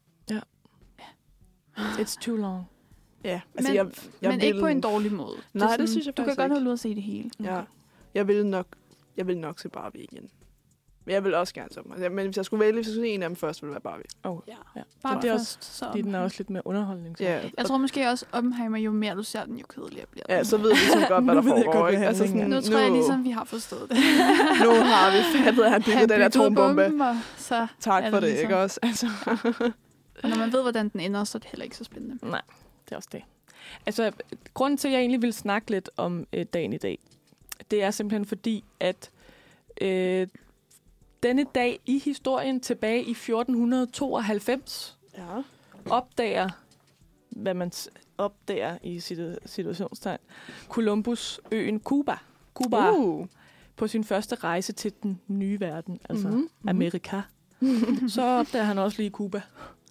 It's too long. Ja, altså Men- jeg, jeg men vil, ikke på en dårlig måde. Nej, er det sådan, synes jeg Du kan faktisk godt ikke. holde ud at se det hele. Ja, jeg vil nok, jeg vil nok se Barbie igen. Men jeg vil også gerne se dem. Men hvis jeg skulle vælge, hvis jeg skulle se en af dem først, ville det være Barbie. Oh, Ja. ja. Bare det er først, så Fordi den er også lidt mere underholdning. Så. Ja, Jeg tror måske også, Oppenheimer, jo mere du ser den, jo kedeligere bliver den. ja, så ved vi ligesom godt, hvad Nu der ved jeg foregår. godt, Ikke? hvad Altså handlingen sådan, Nu tror jeg ligesom, vi har forstået det. nu har vi fattet, at han byggede den byggede atombombe. bomben, og så Tak er for det, ligesom- ikke også? Altså. Og når man ved, hvordan den ender, så er det heller ikke så spændende. Nej, det er også det. Altså, grunden til, at jeg egentlig vil snakke lidt om øh, dagen i dag, det er simpelthen fordi, at øh, denne dag i historien tilbage i fjorten tooghalvfems Ja. opdager, hvad man s- opdager i situ- situationstegn, Columbus øen Cuba. Cuba Uh. på sin første rejse til den nye verden, altså Mhm, mm-hmm. mhm. Amerika. Så opdager han også lige Cuba.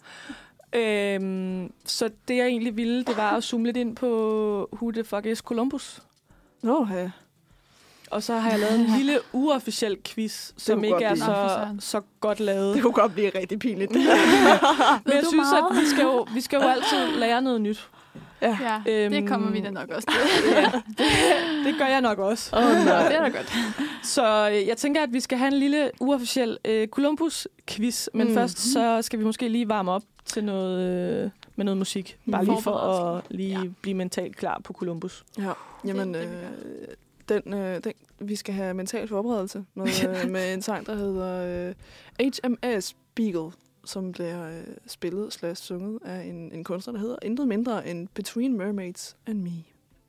Øhm, så det, jeg egentlig ville, det var at zoome lidt ind på Who the fuck is Columbus. Nå, ja. Og så har jeg lavet en lille uofficiel quiz, som kunne ikke godt er blive- Nå, for så, søren. så godt lavet. Det kunne godt blive rigtig pinligt. Men Ved jeg du synes, meget? at vi skal, jo, vi skal jo altid lære noget nyt. Ja. Ja, Øhm, det kommer vi da nok også til. Ja, det, det gør jeg nok også. Åh, Nå, nej. det er da godt. Så øh, jeg tænker, at vi skal have en lille uofficiel øh, Columbus-quiz. Men Mm. mm. først så skal vi måske lige varme op til noget, øh, med noget musik. Bare lige for Forberede at lige Ja. blive mentalt klar på Columbus. Ja, jamen, det, det øh, vil den, øh, den, vi skal have mental forberedelse med, øh, med en sang, der hedder øh, H M S Beagle, som bliver øh, spillet slash sunget af en, en kunstner, der hedder intet mindre end Between Mermaids and Me.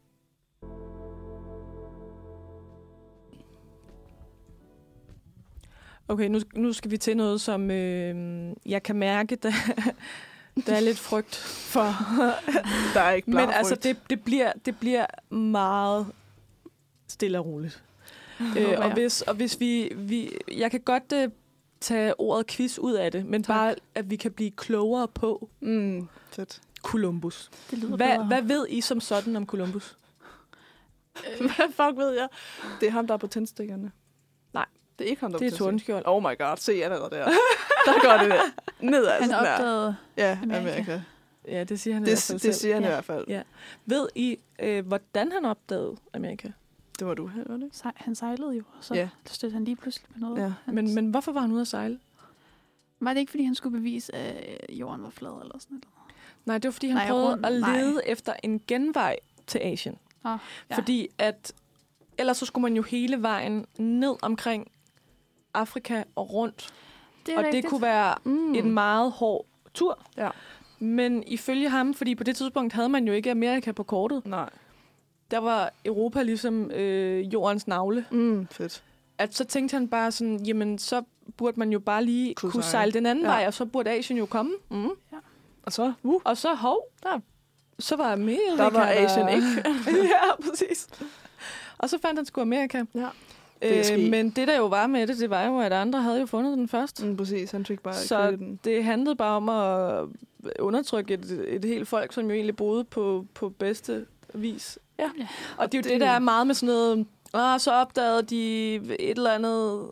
Okay, nu, nu skal vi til noget, som øh, jeg kan mærke, der, der er lidt frygt for. Der er ikke Men altså, det, det, bliver, det bliver meget stille og roligt. øh, og, jeg. hvis, og hvis vi, vi... Jeg kan godt øh, tage ordet quiz ud af det, men Tak. bare, at vi kan blive klogere på Mm, fedt. Columbus. Det lyder Hvad, bedre. hvad ved I som sådan om Columbus? Hvad fuck ved jeg? Det er ham, der er på tændstikkerne. Nej. Det er ikke ham, der Det er på tændstikkerne. Tordenskjold. Oh my god, se allerede der. Der går det der. Nedad. Han sådan der. opdagede... Ja, Amerika. Amerika. Ja, det siger han i hvert Det, fald det selv. siger han Ja. i hvert fald. Ja. Ved I, øh, hvordan han opdagede Amerika? Det var du, var det ikke? sej- Han sejlede jo, og så Ja. ja. stødte han lige pludselig på noget. Ja. Han, Men, men hvorfor var han ude at sejle? Var det ikke, fordi han skulle bevise, at jorden var flad eller sådan noget? Nej, det var, fordi han Nej, prøvede rundt. at Nej. lede efter en genvej til Asien. Oh, ja. Fordi at ellers så skulle man jo hele vejen ned omkring Afrika og rundt. det er Og rigtigt. det kunne være Mm. en meget hård tur. Ja. Men ifølge ham, fordi på det tidspunkt havde man jo ikke Amerika på kortet, Nej. der var Europa ligesom øh, jordens navle. Mm, fedt. At så tænkte han bare sådan, jamen så burde man jo bare lige Kunne kunne, sejle. sejle den anden Ja. ja. vej, og så burde Asien jo komme. Mm. Ja. Og så, uh, Og så hov, der, så var Amerika der var Asien ikke. ja, præcis. Og så fandt han sgu Amerika. Ja. Det er Øh, sket. men det, der jo var med det, det var jo, at andre havde jo fundet den først. Mm, præcis, han fik bare Så så den. det handlede bare om at undertrykke et, et helt folk, som jo egentlig boede på, på bedste vis. Ja. Og det er jo det- det, der er meget med sådan noget, ah, så opdagede de et eller andet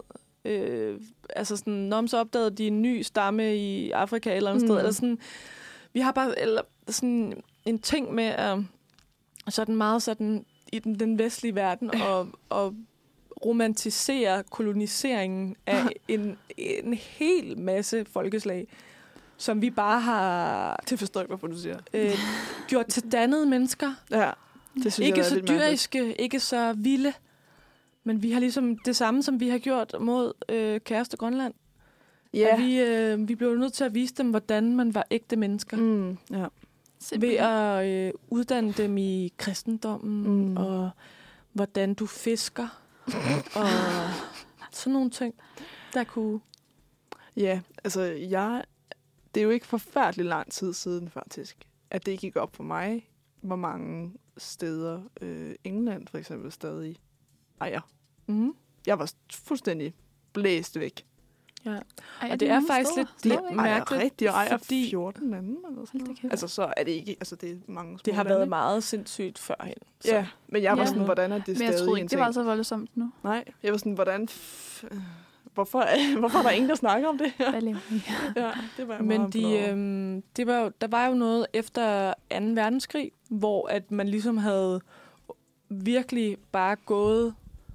Øh, altså sådan, når så opdagede de en ny stamme i Afrika eller andet mm. sted. Eller sådan, vi har bare eller sådan en ting med at sådan meget sådan i den, den vestlige verden og, og romantisere koloniseringen af en, en hel masse folkeslag, som vi bare har... Det forstår jeg, hvorfor du siger. Øh, gjort til dannede mennesker. Ja, det synes ikke jeg, så dyriske, ikke så vilde, men vi har ligesom det samme, som vi har gjort mod øh, Kæreste Grønland. Ja. At vi, øh, vi blev nødt til at vise dem, hvordan man var ægte mennesker. Mm, ja. Ved at øh, uddanne dem i kristendommen, mm. og hvordan du fisker, og sådan nogle ting, der kunne... Ja, altså jeg... Det er jo ikke forfærdeligt lang tid siden, faktisk, at det gik op for mig, hvor mange steder øh, England for eksempel stadig ejer. Mm. Jeg var fuldstændig blæst væk. Ja. Ej, Og det er faktisk steder? lidt, lidt Ejer mærkeligt, rigtig, ejer fordi fjorten lande eller sådan noget. Altså, så er det ikke... Altså, det er mange små det har lande. været meget sindssygt førhen. Så. Ja, men jeg var Ja. sådan, hvordan er det Men stadig jeg troede en ikke, det ting? var så voldsomt nu. Nej, jeg var sådan, hvordan... F- hvorfor, er, hvorfor er der ingen, der snakker om det her? Hvad laver vi? Ja, det var jeg Men meget de, flov over. øhm, det var jo, der var jo noget efter anden verdenskrig, hvor at man ligesom havde virkelig bare gået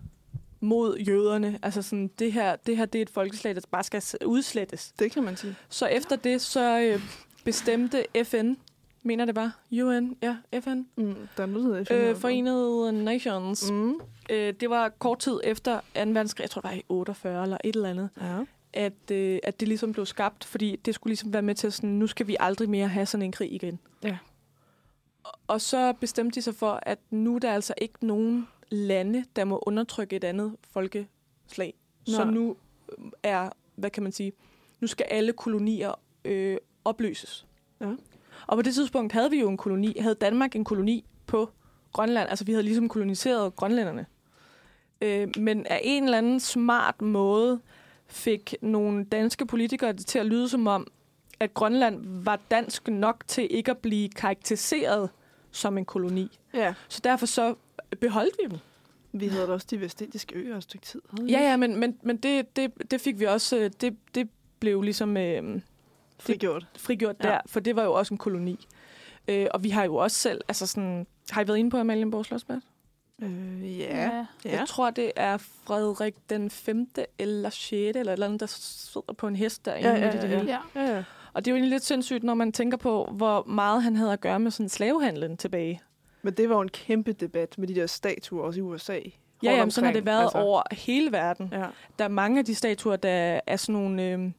mod jøderne. Altså sådan, det her, det her det er et folkeslag, der bare skal udslettes. Det kan man sige. Så efter det, så øh, bestemte F N, mener det var, U N, ja, F N, Mm, der er noget, der øh, Forenede Nations. Mm. Øh, det var kort tid efter anden verdenskrig, jeg tror det var i otteogfyrre eller et eller andet, Ja. at, øh, at det ligesom blev skabt, fordi det skulle ligesom være med til sådan, nu skal vi aldrig mere have sådan en krig igen. Ja. Og, og så bestemte de sig for, at nu er der altså ikke nogen lande, der må undertrykke et andet folkeslag. Så Nej. nu er, hvad kan man sige, nu skal alle kolonier øh, opløses. Ja. Og på det tidspunkt havde vi jo en koloni, havde Danmark en koloni på Grønland. Altså vi havde ligesom koloniseret grønlænderne. Øh, men af en eller anden smart måde fik nogle danske politikere det til at lyde som om, at Grønland var dansk nok til ikke at blive karakteriseret som en koloni. Ja. Så derfor så beholdt vi dem. Vi havde da også de vestindiske øer et stykke tid. havde vi Ja, ikke? ja, men, men, men det, det, det fik vi også, øh, det, det blev ligesom øh, Frigjort. frigjort Ja. der, for det var jo også en koloni. Øh, og vi har jo også selv, altså sådan, har I været inde på Amalienborg Slotsplads? Øh, ja. Ja. ja. Jeg tror, det er Frederik den femte eller sjette eller et eller andet, der sidder på en hest derinde. Ja, ja, midt i det ja, hele. Ja. ja, ja. Og det er jo egentlig lidt sindssygt, når man tænker på, hvor meget han havde at gøre med sådan slavehandlen tilbage. Men det var jo en kæmpe debat med de der statuer også i U S A. Ja, jamen, sådan har det været altså. over hele verden. Ja. Der er mange af de statuer, der er sådan nogle, øh,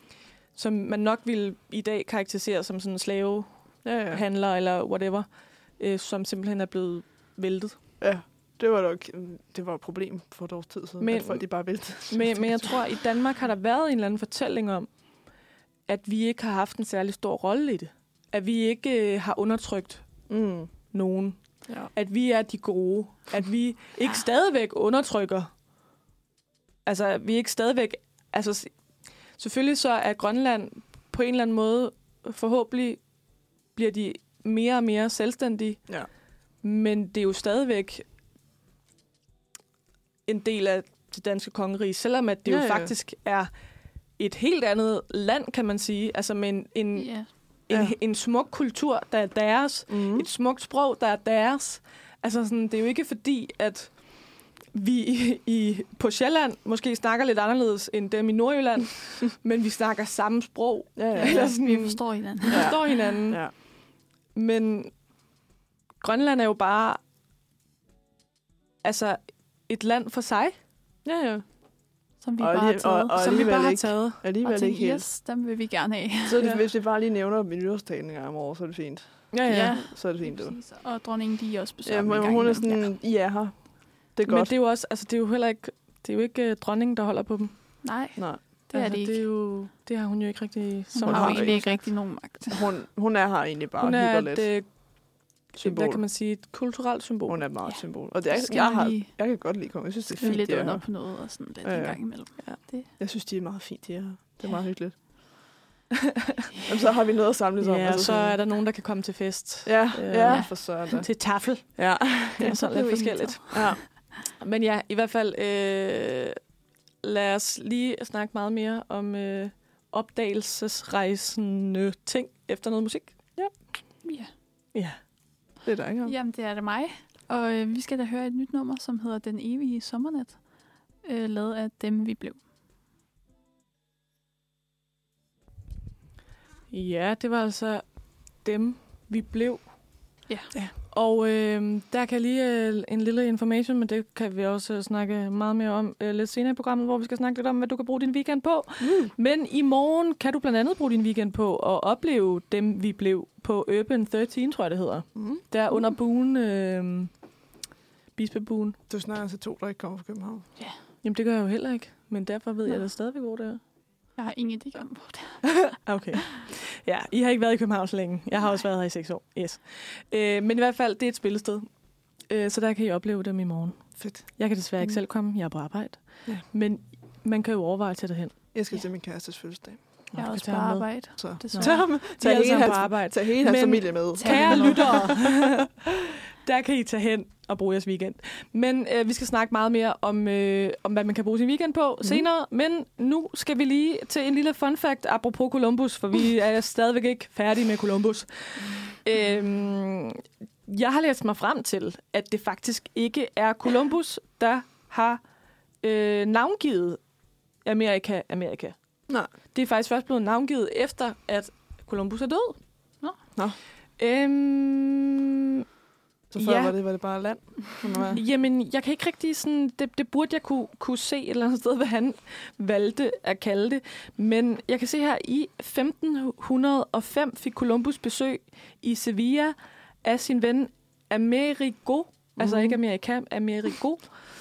som man nok vil i dag karakterisere som sådan slavehandler Ja, ja. eller whatever, øh, som simpelthen er blevet væltet. ja. Det var nok det var et problem for et års tid siden, Men- at folk de bare væltede. Men, men jeg tror, at i Danmark har der været en eller anden fortælling om, at vi ikke har haft en særlig stor rolle i det. At vi ikke øh, har undertrykt Mm. nogen. Ja. At vi er de gode. At vi ikke stadigvæk undertrykker. Altså, at vi ikke stadigvæk... Altså, s- selvfølgelig så er Grønland på en eller anden måde, forhåbentlig bliver de mere og mere selvstændige. Ja. Men det er jo stadigvæk en del af det danske kongerige, selvom at det Ja, jo ja. faktisk er et helt andet land, kan man sige. Altså med en, en, Ja. en, Ja. en smuk kultur, der er deres. Mm. Et smukt sprog, der er deres. Altså sådan, det er jo ikke fordi, at vi i, i, på Sjælland måske snakker lidt anderledes end dem i Nordjylland, men vi snakker samme sprog. Ja, ja, Eller ja. sådan, Vi forstår hinanden. vi forstår hinanden. ja. Men Grønland er jo bare altså et land for sig, Ja, ja. Som vi Og bare har lige- taget. og- og- som vi alligevel bare har ikke. taget. Og Alligevel ikke tænkte, helt. yes, dem vil vi gerne have. Så er det, Ja. hvis vi bare lige nævner min nytårstagning en gang om året, så er det fint. Ja, ja. Ja. Så er det fint, det. Præcis. Og dronningen, de er også besøger Ja, dem en men gang hun er imellem. sådan, I er her. Det er Men godt. det er jo også, altså det er jo heller ikke, det er jo ikke uh, dronningen, der holder på dem. Nej, Nej, det er altså, det ikke. det, er jo, det har hun jo ikke rigtig så Hun Hun har har jo egentlig ikke ikke rigtig nogen magt. hun, hun er her egentlig bare Hun hygger er lidt. et, øh, Symbol. hvad kan man sige, et kulturelt symbol. Hun er et meget Ja. symbol. Og det er, Så skal jeg, man har, lige jeg kan godt lide kongen. Jeg synes, det er skrive fint, lidt de er under her. på noget og sådan lidt Ja, en ja. gang imellem. Ja. Det, Jeg synes, de er meget fint, de er her. Det er Ja. meget hyggeligt. Jamen, så har vi noget at samles om. Ja, altså og så sådan- er der nogen, der kan komme til fest. Ja, Øh, ja, for søren da. Til tafel. Ja, Det er sådan blev lidt inviteret. forskelligt. ja. Men ja, i hvert fald øh, lad os lige snakke meget mere om øh, opdagelsesrejsende ting efter noget musik. Ja. Ja. Ja. Det er der ikke om. Jamen, det er det mig. Og øh, vi skal da høre et nyt nummer, som hedder Den evige sommernat, øh, lavet af Dem, vi blev. Ja, det var altså Dem, vi blev. Ja. ja. Og øh, der kan lige øh, en lille information, men det kan vi også øh, snakke meget mere om øh, lidt senere i programmet, hvor vi skal snakke lidt om, hvad du kan bruge din weekend på. Mm. Men i morgen kan du blandt andet bruge din weekend på at opleve Dem, vi blev på Urban tretten, tror jeg det hedder. Mm. Der under buen, øh, Bispebuen. Du snakker altså to, der ikke kommer fra København. Ja. Jamen det gør jeg jo heller ikke, men derfor ved Nå. jeg da stadigvæk, hvor det er. Jeg har ingen idé om, hvor det er. Okay. Ja, I har ikke været i København så længe. Jeg har også været her i seks år. Yes. Øh, men i hvert fald, det er et spillested. Øh, så der kan I opleve dem i morgen. Fedt. Jeg kan desværre ikke Mm. selv komme. Jeg er på arbejde. Ja. Men man kan jo overveje til det hen. Jeg skal Ja. til min kærestes fødselsdag. Jeg har du også kan på tage ham med. arbejde. Så Desværre. tag, ham, De er tag, alle hele sammen hans, på arbejde. tag hele hans Men familie med. Kære lyttere, der kan I tage hen og bruge jeres weekend. Men øh, vi skal snakke meget mere om, øh, om, hvad man kan bruge sin weekend på mm. senere. Men nu skal vi lige til en lille fun fact apropos Columbus, for vi er stadigvæk ikke færdige med Columbus. Mm. Øhm, jeg har læst mig frem til, at det faktisk ikke er Columbus, der har øh, navngivet Amerika, Amerika. Nej. Det er faktisk først blevet navngivet efter, at Columbus er død. Nå. Nå. Øhm, Så før ja. var, det, var det bare land? Jamen, jeg kan ikke rigtig sådan... Det, det burde jeg kunne, kunne se et eller andet sted, hvad han valgte at kalde det. Men jeg kan se her, i femten hundrede og fem fik Columbus besøg i Sevilla af sin ven Amerigo. Mm. Altså ikke Amerika, Amerigo.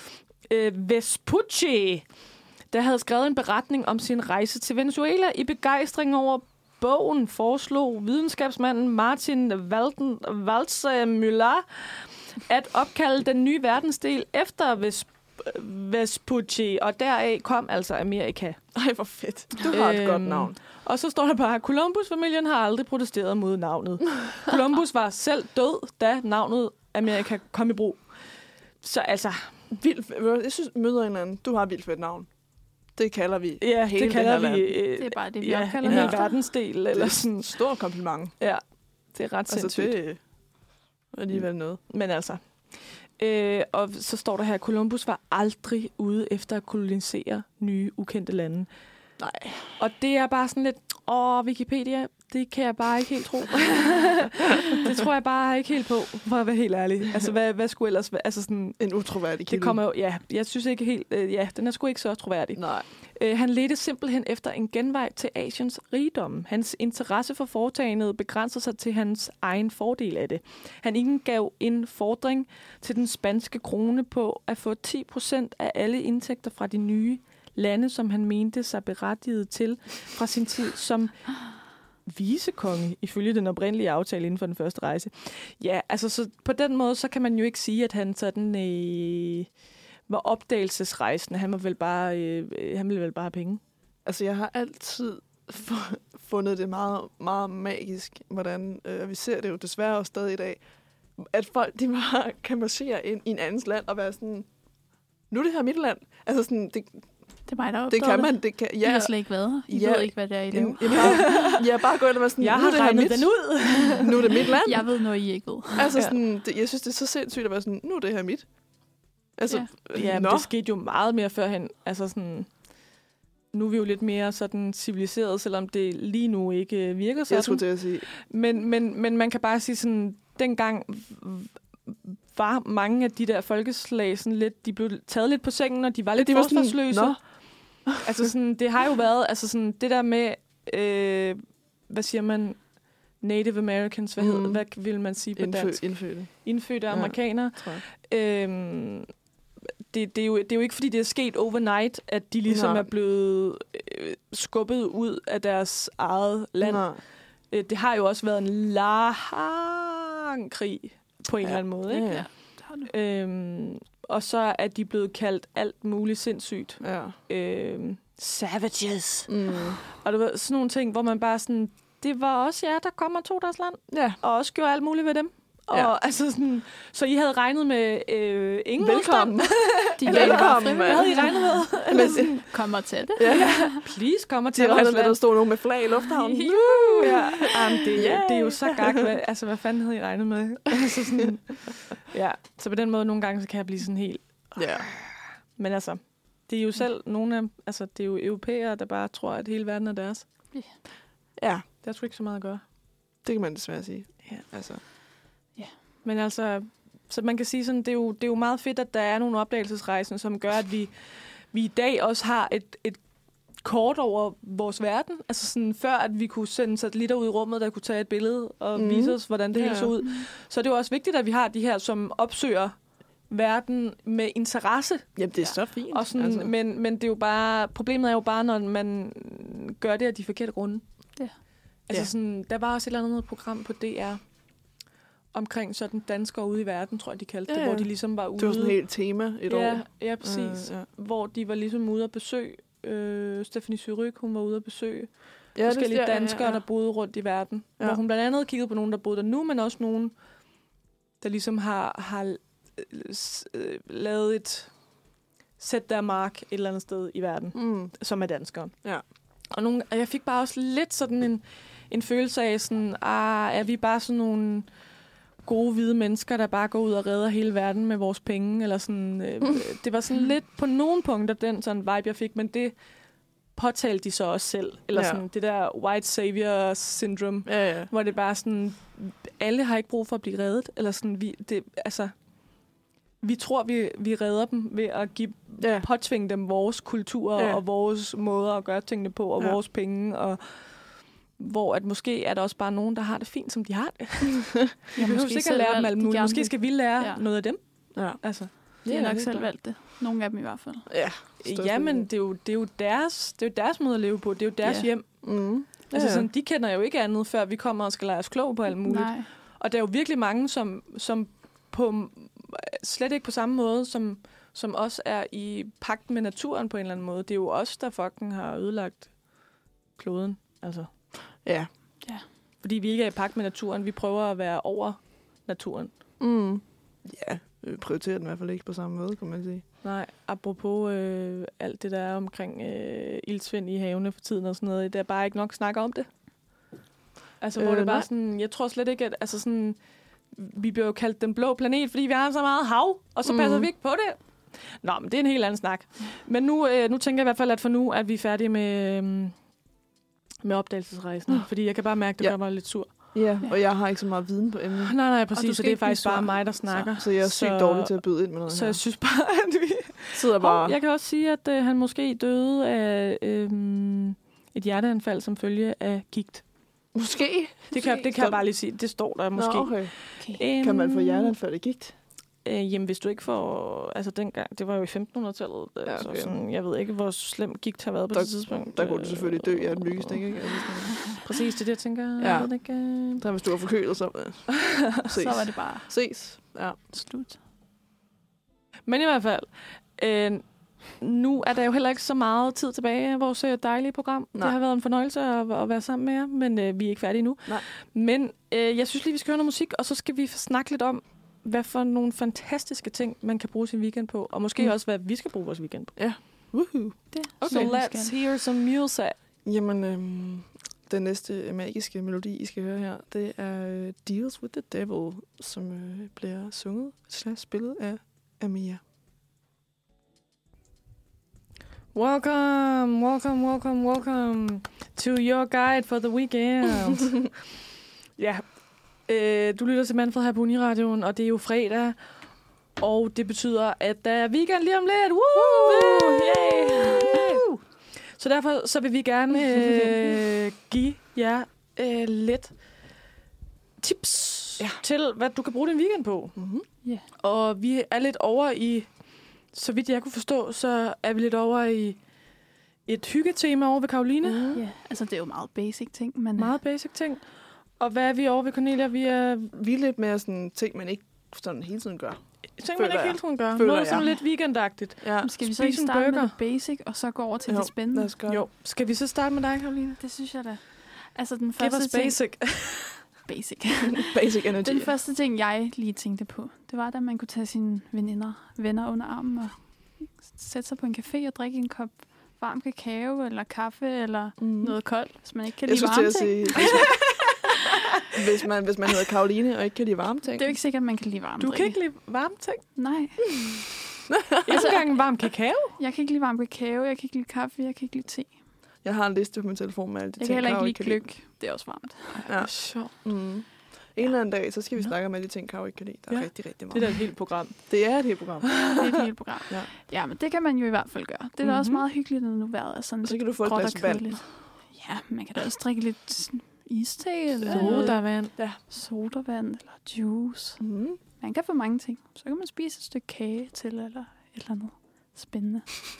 øh, Vespucci, der havde skrevet en beretning om sin rejse til Venezuela i begejstring over bogen, foreslog videnskabsmanden Martin Walden, Waldseemüller at opkalde den nye verdensdel efter Ves, Vespucci, og deraf kom altså Amerika. Ej, hvor fedt. Du har et Øhm, godt navn. Og så står der bare, Columbus-familien har aldrig protesteret mod navnet. Columbus var selv død, da navnet Amerika kom i brug. Så altså... Vildt, jeg synes, møder en anden. Du har et vildt fedt navn. Det kalder vi Ja, hele det kalder det her vi... land. Øh, Det er bare det, vi ja, opkalder en det hel efter. verdensdel. Det Eller er sådan. en stor kompliment. Ja, det er ret Altså, sindssygt. det er alligevel noget. Men altså... Øh, og så står der her, Columbus var aldrig ude efter at kolonisere nye, ukendte lande. Nej. Og det er bare sådan lidt, åh, Wikipedia, det kan jeg bare ikke helt tro. Det tror jeg bare ikke helt på, for at være helt ærlig. Altså, hvad, hvad skulle ellers være? Altså sådan, En utroværdig kilde. det kommer jo, ja, jeg synes ikke helt, øh, ja, den er sgu ikke så troværdig. Nej. Øh, han ledte simpelthen efter en genvej til Asiens rigdom. Hans interesse for foretagendet begrænser sig til hans egen fordel af det. Han indgav en fordring til den spanske krone på at få ti procent af alle indtægter fra de nye lande, som han mente sig berettiget til fra sin tid som vicekonge, ifølge den oprindelige aftale inden for den første rejse. Ja, altså så på den måde, så kan man jo ikke sige, at han sådan øh, var opdagelsesrejsende. Han var vel bare, øh, han ville vel bare have penge. Altså, jeg har altid f- fundet det meget, meget magisk, hvordan, øh, og vi ser det jo desværre også stadig i dag, at folk, de bare kan marchere ind i en andens land og være sådan, nu er det her mit land. Altså sådan, det, Det er mig, der det kan man, det kan, Jeg ja. har slet ikke været her. I Ja. ved ikke, hvad det er, I laver. Jamen, bare, jeg er bare gået og være sådan, Jeg nu er har det her regnet mit. den ud. Nu er det mit land. Jeg ved noget, I ikke ved. Altså Ja. sådan, det, jeg synes, det er så sindssygt at være sådan, nu er det her mit. Altså, Ja. øh, Ja, men nå. det skete jo meget mere førhen. Altså sådan, nu er vi jo lidt mere sådan civiliseret, selvom det lige nu ikke øh, virker sådan. Jeg skulle til at sige, Men, men, men man kan bare sige sådan, dengang var mange af de der folkeslag sådan lidt, de blev taget lidt på sengen, og de var lidt de var sådan, forsvarsløse. nå. Altså sådan, det har jo været, altså sådan, det der med, øh, hvad siger man, Native Americans, hvad, Mm. hedder, hvad vil man sige på Indfø, dansk? indfødte, Indfødte Ja. amerikanere. tror jeg. Øhm, det, det, er jo, det er jo ikke, fordi det er sket overnight, at de ligesom Nej. er blevet øh, skubbet ud af deres eget land. Nej. Øh, det har jo også været en lang krig på en Ja. eller anden måde. Ikke? Ja, Ja. ja. Det har du. Øhm, og så er de blevet kaldt alt muligt sindssygt. ja. Øhm, savages. Mm. Og det var sådan nogle ting, hvor man bare sådan, det var også jer, der kom og tog deres land, Ja. og også gjorde alt muligt ved dem. Og Ja. altså sådan, så I havde regnet med øh, ingen Velkommen. De gav det bare Velkommen, frivilligt. Hvad havde I regnet med? Eller sådan, Kommer til det. Ja. please, kom og De tag regnede vores med, at der land. stod nogen med flag i lufthavnen. Juhu, ja. Jamen, det, Yeah. det er jo så gak. Hvad, altså, hvad fanden havde I regnet med? altså, sådan, ja. Så på den måde, nogle gange, så kan jeg blive sådan helt... Ja. Men altså, det er jo selv nogle af... Altså, det er jo europæere, der bare tror, at hele verden er deres. Ja, Det er sgu ikke så meget at gøre. det kan man desværre sige. Ja. Altså. Men altså, så man kan sige sådan, det er jo, det er jo meget fedt, at der er nogle opdagelsesrejser, som gør, at vi, vi i dag også har et, et kort over vores verden. Altså sådan, før at vi kunne sende satellitter ud i rummet, der kunne tage et billede og Mhm. mm. vise os, hvordan det Ja. hele så ud. Så det er jo også vigtigt, at vi har de her, som opsøger verden med interesse. Jamen, det er så fint. Og sådan, altså. men, men det er jo bare, problemet er jo bare, når man gør det af de forkerte grunde. Ja. Altså Ja. sådan, der var også et eller andet program på D R omkring sådan danskere ude i verden, tror jeg, de kaldte Ja, det, ja. hvor de ligesom var ude. Det var sådan et helt tema et ja, år. ja, præcis. Øh, ja. Hvor de var ligesom ude at besøge. Øh, Stephanie Suryk, hun var ude at besøge Ja, forskellige det- ja, ja, danskere, ja. der boede rundt i verden. Ja. Hvor hun blandt andet kiggede på nogen, der boede der nu, men også nogen, der ligesom har, har øh, s- øh, lavet et sæt der mark et eller andet sted i verden, Mm. som er danskere. Ja. Og, nogle, og jeg fik bare også lidt sådan en, en følelse af sådan, ah, er vi bare sådan nogle gode hvide mennesker, der bare går ud og redder hele verden med vores penge, eller sådan. Øh, Mm. det var sådan lidt på nogle punkter den sådan vibe, jeg fik, men det påtalte de så også selv. Eller Ja. sådan det der white savior syndrome, Ja, ja. hvor det bare sådan, alle har ikke brug for at blive reddet, eller sådan, vi, det, altså, vi tror, vi, vi redder dem ved at give, Ja. påtvinge dem vores kultur Ja. og vores måder at gøre tingene på, og Ja. vores penge, og hvor at måske er der også bare nogen, der har det fint, som de har det. Vi Ja, behøver måske ikke at selv lære dem valgt, alt de muligt. gerne Måske vil. skal vi lære Ja. ja. noget af dem. Ja. Altså. De har Ja, nok helt selv klart. valgt det. Nogle af dem i hvert fald. Ja. Ja, men det er, jo, det, er jo deres, det er jo deres måde at leve på. Det er jo deres Ja. hjem. Mm. Altså, Ja. sådan, de kender jo ikke andet, før vi kommer og skal lade os klog på alt muligt. Nej. Og der er jo virkelig mange, som, som på, slet ikke på samme måde, som, som også er i pagt med naturen på en eller anden måde. Det er jo os, der fucking har ødelagt kloden. Altså. Ja. Fordi vi ikke er i pagt med naturen. Vi prøver at være over naturen. Mm. Ja, vi prioriterer den i hvert fald ikke på samme måde, kan man sige. Nej, apropos øh, alt det der er omkring øh, ildsvind i havene for tiden og sådan noget, der er bare ikke nok snak om det. Altså, hvor Øh, det er bare nej. sådan, jeg tror slet ikke, at altså sådan, vi bliver jo kaldt den blå planet, fordi vi har så meget hav, og så Mhm. passer vi ikke på det. Nå, men det er en helt anden snak. Men nu, øh, nu tænker jeg i hvert fald, at for nu er vi færdige med, øh, med opdagelsesrejsen, fordi jeg kan bare mærke, at det Ja. gør mig lidt sur. Ja, og jeg har ikke så meget viden på emnet. Nej, nej, præcis, skal så det er ikke blive faktisk bare sur. mig, der snakker. Så jeg er sygt Så- dårlig til at byde ind med noget Så her. jeg synes bare, at vi... sidder bare... Og jeg kan også sige, at øh, han måske døde af øh, et hjerteanfald som følge af gigt. Måske. Det kan, det kan Står- jeg bare lige sige. Det står der måske. Nå, okay. Øhm, Kan man få hjerteanfald af gigt? Øh, jamen, hvis du ikke får... Altså, dengang... Det var jo i femtenhundredetallet. Ja, Altså, okay. sådan, jeg ved ikke, hvor slem gigt har været på Der- det tidspunkt. Der kunne du selvfølgelig dø af et myggestik, ikke? Altså sådan. Præcis, det er det, jeg tænker. Ja. Jeg ved ikke, øh... Der, hvis du var forkølet, så øh, ses. Så var det bare Ses. Ja. slut. Men i hvert fald... Øh, nu er der jo heller ikke så meget tid tilbage af vores øh, dejlige program. Nej. Det har været en fornøjelse at, at være sammen med jer, men øh, vi er ikke færdige endnu. Nej. Men øh, jeg synes lige, vi skal høre noget musik, og så skal vi snakke lidt om, hvad for nogle fantastiske ting, man kan bruge sin weekend på. Og måske Mm. mm. også, hvad vi skal bruge vores weekend på. Woohoo. Det Okay. synes So jeg, vi let's skal. hear some music. Jamen, øhm, den næste magiske melodi, I skal høre her, det er øh, Deals with the Devil, som øh, bliver sunget slash spillet af Amia. Welcome, welcome, welcome, welcome to your guide for the weekend. Ja, øh, du lytter til Manfred her på Uniradioen, og det er jo fredag, og det betyder, at der er weekend lige om lidt. Woo! Yay! Så derfor så vil vi gerne øh, give jer øh, lidt tips Ja. ja. til, hvad du kan bruge din weekend på. Mm-hmm. Og vi er lidt over i, så vidt jeg kunne forstå, så er vi lidt over i et hyggetema over ved Karoline. Mm. Ja, altså det er jo meget basic ting, men Meget basic ting. Og hvad er vi over ved Cornelia? Vi er Vi er lidt mere sådan ting, man ikke sådan hele tiden gør. ting, man Føler ikke jeg. hele tiden gør. Føler Noget sådan jeg. lidt weekendagtigt. Ja. Men skal vi så Spise ikke en starte med burger. det basic, og så gå over til Jo, det spændende? Lad os gøre Jo. Skal vi så starte med dig, Karoline? Det synes jeg da. Altså den Give første us ting, basic. basic. Basic energy. Den første ting, jeg lige tænkte på, det var, at man kunne tage sine veninder, venner under armen og sætte sig på en café og drikke en kop varm kakao eller kaffe eller mm. noget koldt, hvis man ikke kan jeg lide varme ting. Sige, hvis, man, hvis man hedder Karoline og ikke kan lide varme ting. Det er jo ikke sikkert, at man kan lide varme Du drikke. kan ikke lide varme ting? Nej. Ikke engang varm kakao? Jeg kan ikke lide varm kakao, jeg kan ikke lide kaffe, jeg kan ikke lide te. Jeg har en liste på min telefon med alle de jeg ting, kan heller ikke Karo lide gløgg. Det er også varmt. Ja. Ja. Sjovt. Mm. En eller anden dag, så skal vi snakke om alle de ting, Karo ikke kan lide. Der er Ja. rigtig, rigtig meget. Det er da et helt program. Det er et helt program. Det er et helt program. Ja. Ja, men det kan man jo i hvert fald gøre. Det er da Mm-hmm. også meget hyggeligt, når nu vejret er sådan Og så kan du lidt få et gråt og glas vand. kedeligt. Ja, man kan da også drikke lidt iste eller Sodavand. Ja. sodavand eller juice. Mm. Man kan få mange ting. Så kan man spise et stykke kage til eller et eller andet spændende.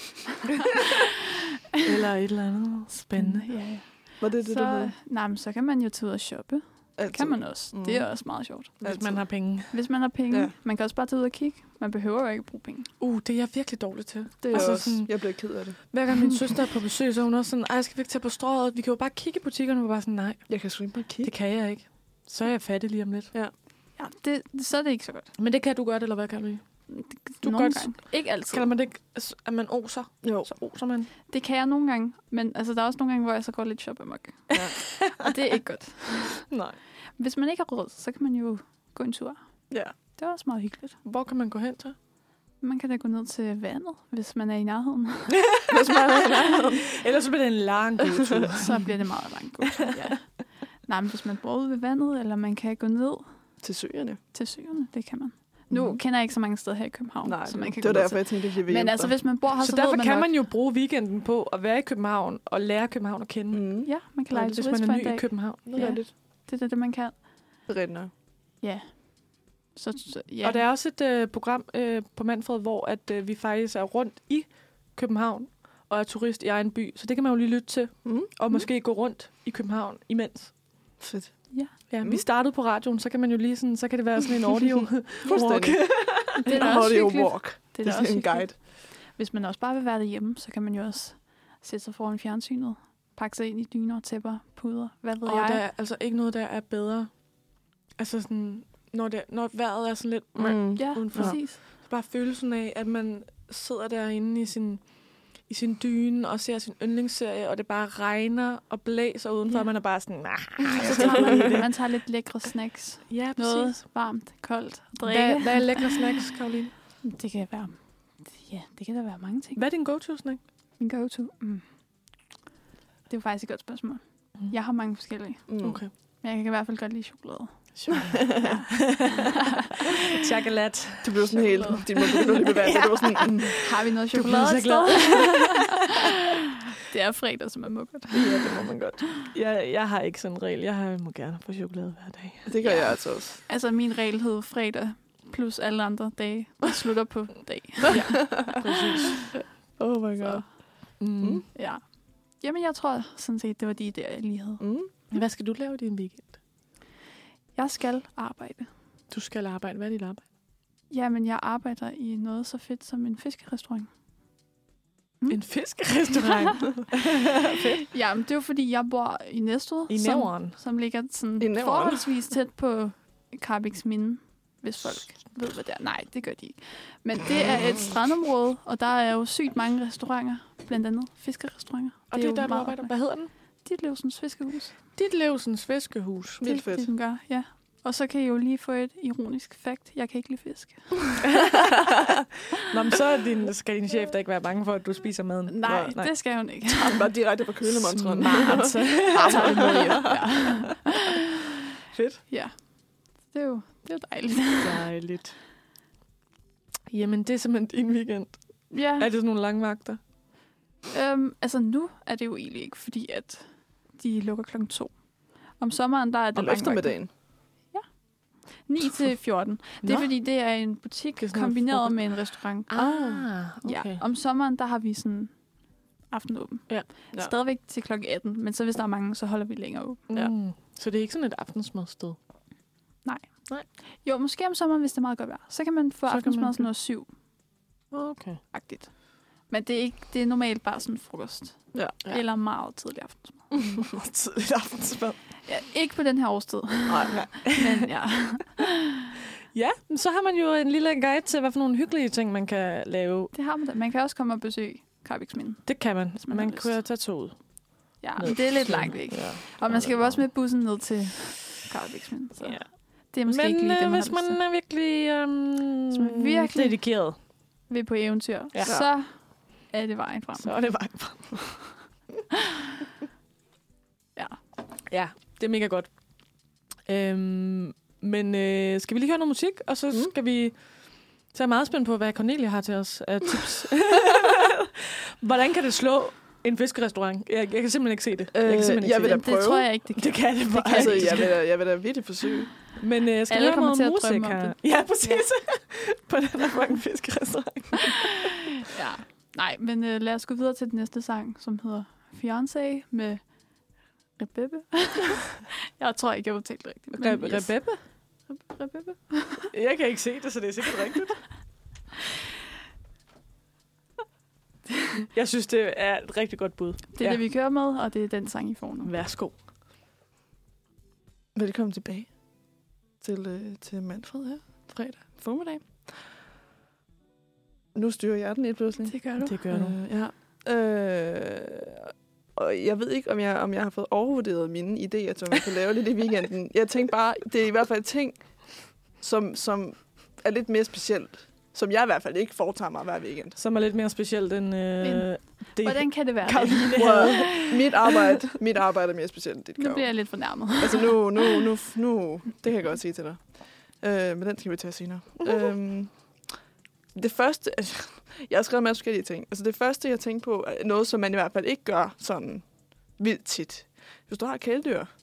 Eller et eller andet spændende. Ja, ja. Var det det, du Så, havde? nej, men så kan man jo tage ud og shoppe. Altid. Kan man også. Mm. Det er også meget sjovt. Hvis man har penge. Hvis man har penge. Ja. Man kan også bare tage ud og kigge. Man behøver jo ikke bruge penge. Uh, det er jeg virkelig dårlig til. Det er Altså også, sådan- jeg bliver ked af det. Hver gang min søster er på besøg, så er hun også sådan, ej, skal vi ikke tage på strøget? Vi kan jo bare kigge i butikkerne. Og bare sådan, nej, Jeg kan sgu ikke bare kigge. det kan jeg ikke. Så er jeg fattig lige om lidt. Ja, det, så er det ikke så godt. Men det kan du godt, eller hvad kan du? Du Nogle godt- gange. Ikke altid. Kalder man det ikke, at man oser? Jo. Så oser man. Det kan jeg nogle gange. Men altså, der er også nogle gange, hvor jeg så går lidt shop amok. Ja. Og det er ikke godt. Nej. Hvis man ikke har råd, så kan man jo gå en tur. Ja. Det er også meget hyggeligt. Hvor kan man gå hen til? Man kan da gå ned til vandet, hvis man er i nærheden. Hvis man er i nærheden. Ellers så bliver det en lang god tur. Så bliver det meget langt godt. Ja. Nej, men hvis man bor ude ved vandet, eller man kan gå ned Til søerne. til søerne, det kan man. Nu Mhm. kender jeg ikke så mange steder her i København, Nej, så man kan det var gå ned derfor, til. jeg tænkte, at vi Men altså, hvis man bor her, så, Så ved derfor man kan nok. man jo bruge weekenden på at være i København og lære København at kende. Mm. Ja, man kan lege Hvis turist man for er en ny i dag. København. Det er Ja. rigtigt. Det er det, man kan. Det er rigtigt nok. Ja. Så, så ja. Ja. Og der er også et øh, program øh, på Manfred, hvor at, øh, vi faktisk er rundt i København og er turist i egen by. Så det kan man jo lige lytte til. Mm. Og måske gå rundt i København imens. Fedt. Ja, Mm. vi startede på radioen, så kan man jo lige sådan, så kan det være sådan en audio Fuldstændig. Det er da også Audio hyggeligt. walk. Det er Det da er også sådan en hyggeligt. guide. Hvis man også bare vil være derhjemme, så kan man jo også sætte sig foran fjernsynet, pakke sig ind i dyner, tæpper, puder, hvad ved Og jeg. der er altså ikke noget, der er bedre. Altså sådan, når, det, når vejret er sådan lidt Mm. Ja, udenfor. præcis. Så bare følelsen af, at man sidder derinde i sin, i sin dyne og ser sin yndlingsserie, og det bare regner og blæser udenfor, Ja. og man er bare sådan, nah, Så tager man, man tager lidt lækre snacks. ja, Noget præcis. varmt, koldt at drikke. Hvad, hvad er lækre snacks, Karoline? Det kan være... Ja, det kan da være mange ting. Hvad er din go-to-snack? Min go-to? Mm. Det er jo faktisk et godt spørgsmål. Mm. Jeg har mange forskellige. Mm. Okay. Men jeg kan i hvert fald godt lide chokolade. Chokolade. Du blev sådan helt... Din mund begyndte at bevæge sig. Det var sådan... Mm. Har vi noget Du er chokolade blevet et så glad. sted? Det er fredag, som er mukkert. Ja, det må man godt. Jeg, jeg har ikke sådan en regel. Jeg har, må gerne få chokolade hver dag. Det gør Ja. jeg altså også. Altså, min regel hed fredag plus alle andre dage. Og slutter på dag. Præcis. Oh my god. Så, Mm. Mm. ja. Jamen, jeg tror sådan set, det var de idéer, jeg lige havde. Mm. Hvad skal du lave i din weekend? Jeg skal arbejde. Du skal arbejde. Hvad er dit arbejde? Jamen, jeg arbejder i noget så fedt som en fiskerestaurant. Mm. En fiskerestaurant. Fedt. Jamen, det er jo fordi, jeg bor i Næstved, I som, Nævren. som ligger sådan I Nævren? forholdsvis tæt på Karbiks Minde, hvis folk ved, hvad det er. Nej, det gør de ikke. Men det er et strandområde, og der er jo sygt mange restauranter, blandt andet fiskerestauranter. Og det er jo der, du meget arbejder. oplagt. Hvad hedder den? Dit Livsens Fiskehus. Dit Levsens Fiskehus. Vildt det, fedt. det, den gør, ja. Og så kan I jo lige få et ironisk fakt. Jeg kan ikke lide fisk. Nå, men så er din, skal din chef da ikke være bange for, at du spiser maden. Nej, Nå, nej. Det skal hun ikke. Han bare direkte på kølemonstren. Smart. Tager det med hjem. Ja. Fedt. ja. Det er jo, det er jo dejligt. Dejligt. Jamen, det er simpelthen din weekend. Ja. Er det sådan nogle lange vagter? Øhm, altså nu er det jo egentlig ikke, fordi at de lukker klokken to. Om sommeren, der er det Om lange eftermiddagen. ni til fjorten. Det er Nå. fordi, det er en butik Det er sådan noget kombineret frokost. med en restaurant. Ah, Ja. Om sommeren, der har vi sådan aftenåben. Ja. Ja. Stadigvæk til klokken atten, men så hvis der er mange, så holder vi længere åben. Ja. Mm. Så det er ikke sådan et aftensmadsted? Jo, måske om sommeren, hvis det er meget godt vejr. Så kan man få Så kan aftensmad man- sådan noget syv-agtigt. Okay. Men det er, ikke, det er normalt bare sådan frokost. Ja. Ja. Eller meget tidlig aftensmad. Tidligt aftensmad. Ja, ikke på den her årstid. Nej. Men ja. Ja, så har man jo en lille guide til, hvad for nogle hyggelige ting, man kan lave. Det har man da. Man kan også komme og besøge Karrebæksminde. Det kan man. man Man, har man lyst. kan tage toget. Ja, men det er lidt langt væk. Ja. Og man skal jo også med bussen ned til Karrebæksminde. Så Ja. det er måske Men ikke lige det, øh, man hvis har lyst man til. er virkelig, øhm, Hvis man er virkelig- dedikeret, Vi er på eventyr. Ja. Så er det vejen frem. så er det vejen frem. Ja. Ja, det er mega godt. Øhm, men øh, skal vi lige høre noget musik, og så Mm. skal vi... Så er jeg meget spændt på, hvad Cornelia har til os af tips. Hvordan kan det slå en fiskerestaurant? Jeg, jeg kan simpelthen ikke se det. Jeg kan Øh, simpelthen jeg ikke vil se da det. prøve. Det tror jeg ikke, det kan. Det kan det bare Altså, ikke. jeg vil, da, jeg vil da virkelig forsøge. Men øh, skal Alle vi høre kommer noget til at musik drømme om her? det. Ja, præcis. Ja. På den her fucking fiskerestaurant. Ja. Nej, men øh, lad os gå videre til den næste sang, som hedder Fiancé med Rebebe. Jeg tror ikke, jeg udtalte det rigtigt. men Re- yes. Rebebe? Re- Rebebe. Jeg kan ikke se det, så det er sikkert rigtigt. Jeg synes, det er et rigtig godt bud. Det er ja. det, vi kører med, og det er den sang, I får nu. Værsgo. Velkommen tilbage til, øh, til Manfred her fredag formiddag. Nu styrer jeg den lidt pludselig. Det gør du. Det gør du. Øh, ja. Øh, og jeg ved ikke, om jeg, om jeg har fået overvurderet mine idéer, som man kan lave lidt i weekenden. Jeg tænkte bare, det er i hvert fald ting, som, som er lidt mere specielt. Som jeg i hvert fald ikke foretager mig hver weekend. Som er lidt mere specielt end øh, Men, det. Hvordan kan det være det? Karoline havde. Mit arbejde, mit arbejde er mere specielt end dit. Nu Karo. bliver jeg lidt fornærmet. Altså nu, nu, nu, nu, det kan jeg godt sige til dig. Øh, men den skal vi tage senere. øhm, det første, altså, jeg har skrevet en masse forskellige ting. Altså det første, jeg tænkte på, er noget, som man i hvert fald ikke gør sådan vildt tit. Hvis du har kæledyr. øh,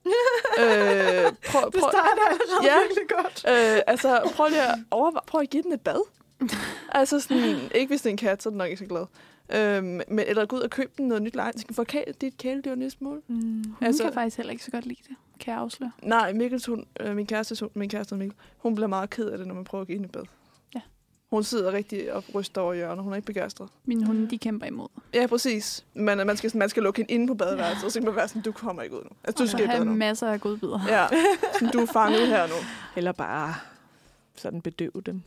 prøv, Det prøv, starter allerede Ja. virkelig godt. øh, altså prøv lige at overveje, prøv at give den et bad. Altså sådan, ikke hvis det er en kat, så er den nok ikke så glad. Øhm, men, eller gå ud og købe den noget nyt leje. Du skal få kæ- dit kæledyr en lille smule. Mm. Hun Altså- kan faktisk heller ikke så godt lide det, kan jeg afsløre. Nej, Mikkels, hun, øh, min kæreste, min kæreste Mikkel, hun bliver meget ked af det, når man prøver at give hende et bad. Ja. Hun sidder rigtig og ryster over hjørnet. Hun er ikke begejstret. Mine hunde, de kæmper imod. Ja, præcis. Man, man, skal, man skal lukke hende inde på badeværelset, og så kan man være sådan, du kommer ikke ud nu. Altså, du Og så skal i bad have nu. masser af godbidder. Ja, sådan, du er fanget her nu. Eller bare sådan bedøve dem.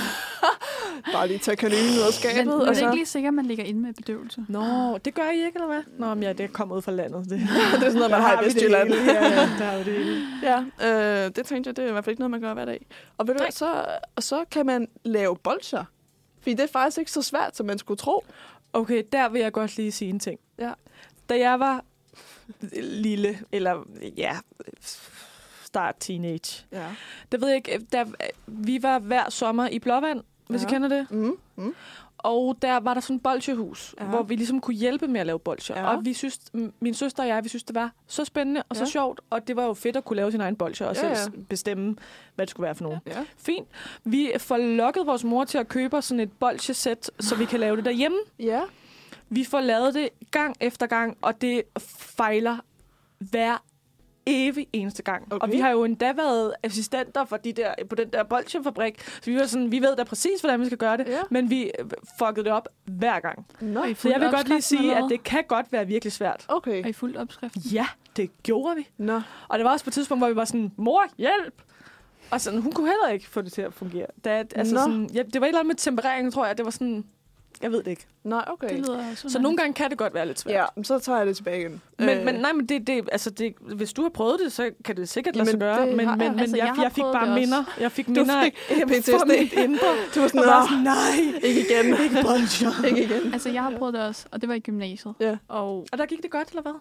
Bare lige tage kanylen ud af skabet. Men nu og er det så, ikke lige sikkert, at man ligger inde med bedøvelse. Nå, det gør I ikke, eller hvad? Nå, men ja, det er kommet ud fra landet. Det, det er sådan noget, man Der har i vi det Vestjylland. hele. Ja, ja, der har vi det hele. Ja, øh, det tænkte jeg, det er i hvert fald ikke noget, man gør hver dag. Og, ved du, hvad, så, og så kan man lave bolcher. Fordi det er faktisk ikke så svært, som man skulle tro. Okay, der vil jeg godt lige sige en ting. Ja. Da jeg var lille, eller ja, start teenage, Ja. det ved jeg ikke, da vi var hver sommer i Blåvand, hvis Ja. I kender det. Mm, mm. Og der var der sådan et bolchehus, Ja. ja. hvor vi ligesom kunne hjælpe med at lave bolcher. Ja. Og vi synes, m- min søster og jeg, vi synes, det var så spændende og så Ja. sjovt. Og det var jo fedt at kunne lave sin egen bolcher og Ja, selv ja. bestemme, hvad det skulle være for nogen. Ja. Fint. Vi får lokket vores mor til at købe sådan et bolchesæt, så vi kan lave det derhjemme. Ja. Vi får lavet det gang efter gang, og det fejler hver evig eneste gang. Okay. Og vi har jo endda været assistenter for de der, på den der bolchefabrik, så vi var sådan, vi ved da præcis, hvordan vi skal gøre det, Ja. men vi fuckede det op hver gang. Nå, Og I Så jeg vil fulgte godt lige opskriften, sige, eller at hvad? det kan godt være virkelig svært. okay. Og I fuldt opskrift. Ja, det gjorde vi. Nå. Og det var også på et tidspunkt, hvor vi var sådan, mor, hjælp! Og sådan, hun kunne heller ikke få det til at fungere. Da, altså Nå. sådan, ja, det var et eller andet med tempereringen, tror jeg. Det var sådan, jeg ved det ikke. Nej, okay. Det lyder også Så nogle gange kan det godt være lidt svært. Ja, men så tager jeg det tilbage igen. Men, Øh, men nej, men det, det, altså det, hvis du har prøvet det, så kan det sikkert lade sig Jamen, gøre. det Men, har men, jeg. men Altså, jeg, jeg jeg, har jeg fik prøvet bare det også. minder. Jeg fik Du minder fik af- P T S D. fra mit indre. Du var Og sådan, bare "Nå, sådan, nej, ikke igen. ikke bolcher. Ikke igen. Altså, jeg har prøvet det også, og det var i gymnasiet. Ja. Og Og der gik det godt, eller hvad?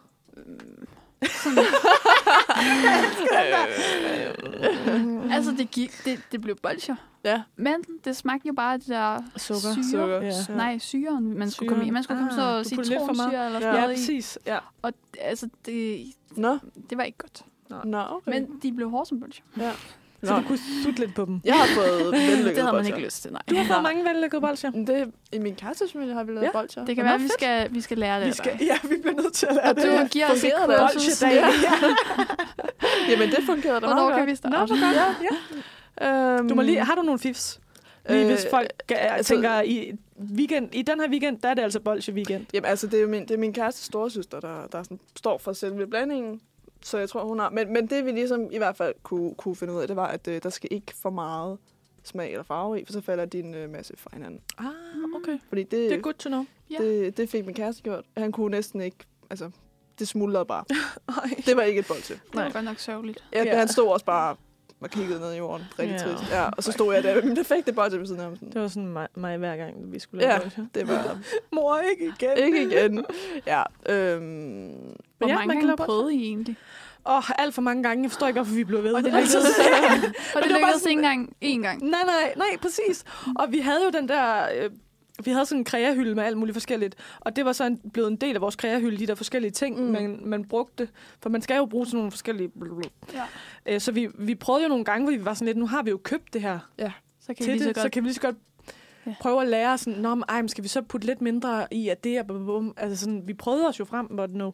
altså, det, gik, det, det blev bolcher. Ja. Men det smagte jo bare af det der Sukker. syre. Sukker. Ja. Nej, syren, man skulle Syren. komme i. Man skulle komme Ah, så du puttede lidt for meget. citronsyre eller Ja. sådan Ja, noget i. præcis. Ja. Og altså, det, Nå, det var ikke godt. nå, okay. Men de blev hårde som bolcher. Så Nå. du kunne sutte lidt på dem. Jeg har fået vellykket Det havde man bolcher. ikke lyst til, nej. Du har fået mange vellykkede bolcher. Det, I min kærestesfamilie har vi lavet Ja. bolcher. Det kan Nå, være, at vi fedt. skal, vi skal lære det. Vi af skal, dig. ja, vi bliver nødt til at lære Og det. du her. giver os et Fungerede det? kursus. Bolchedag. Jamen, det fungerede da Hvornår meget kan godt. vi starte? Nå, hvor godt. Ja. Øhm, Du må lige, har du nogle fifs? Lige, øh, hvis folk øh, altså- tænker, i, weekend, i den her weekend, der er det altså bolche weekend. Jamen, altså, det er, min, det er min kærestes storesøster, der, der sådan, står for selve blandingen. Så jeg tror, hun har... Men, men det vi ligesom i hvert fald kunne, kunne finde ud af, det var, at øh, der skal ikke for meget smag eller farve i, for så falder din øh, masse fra hinanden. Ah, okay. Fordi det, Det er good to know. Ja. det, det fik min kæreste gjort. Han kunne næsten ikke... Altså, det smuldrede bare. Det var ikke et bold til. Det var godt nok sørgeligt. Ja, Ja. han stod også bare og kiggede ned i jorden. Rigtig Ja. trist. Ja, og så stod jeg der med min perfekte bold til ved siden af ham. Sådan. Det var sådan mig, mig hver gang, vi skulle lave Ja, bolsjer. det var... Mor, ikke igen. ikke igen. Ja, øhm, Hvor ja, mange man kan gange lave prøvede I egentlig? Åh, oh, alt for mange gange. Jeg forstår ikke, hvorfor vi blev ved. Og det Altså, lykkedes, og det det var bare lykkedes sådan- ikke engang én gang. Nej, nej, nej, præcis. Og vi havde jo den der... Øh, vi havde sådan en kreahylde med alt muligt forskelligt. Og det var så en, blevet en del af vores kreahylde, de der forskellige ting, Mm. mm. man, man brugte. For man skal jo bruge sådan nogle forskellige... Ja. Øh, så vi, vi prøvede jo nogle gange, hvor vi var sådan lidt, nu har vi jo købt det her Så kan I til lige det, så så, godt. så kan vi lige så godt Ja. prøve at lære sådan, nå, men, ej, men skal vi så putte lidt mindre i, at det er... bum, bum. Altså sådan, vi prøvede os jo frem, but no.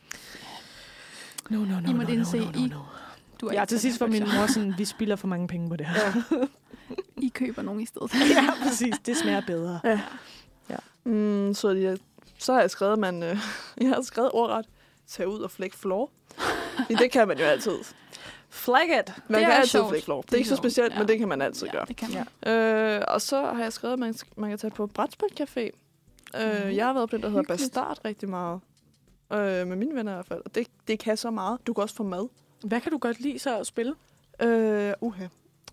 No, no, no, I måtte no, indse, no, no, I- no. Du er Ja, ikke til sidst var sådan min her, mor sådan, vi spilder for mange penge på det her. ja. I køber nogen i stedet. Ja, præcis. Det smager bedre. Mm, så, jeg, så har jeg skrevet, man, øh, jeg har skrevet ordret, tage ud og flække floor. Fordi det kan man jo altid. Flag it! Man Det kan er altid sjovt. flække floor. Det Det er er ikke så sjovt. specielt, Ja. men det kan man altid Ja, gøre. det kan man. Ja. Øh, og så har jeg skrevet, at man, man kan tage på brætspilcafé. Øh, Mhm. jeg har været på den, der hedder Hyggeligt. Bastard rigtig meget. Øh, med mine venner i hvert fald. Og det, det kan så meget. Du kan også få mad. Hvad kan du godt lide så at spille? Øh, uha.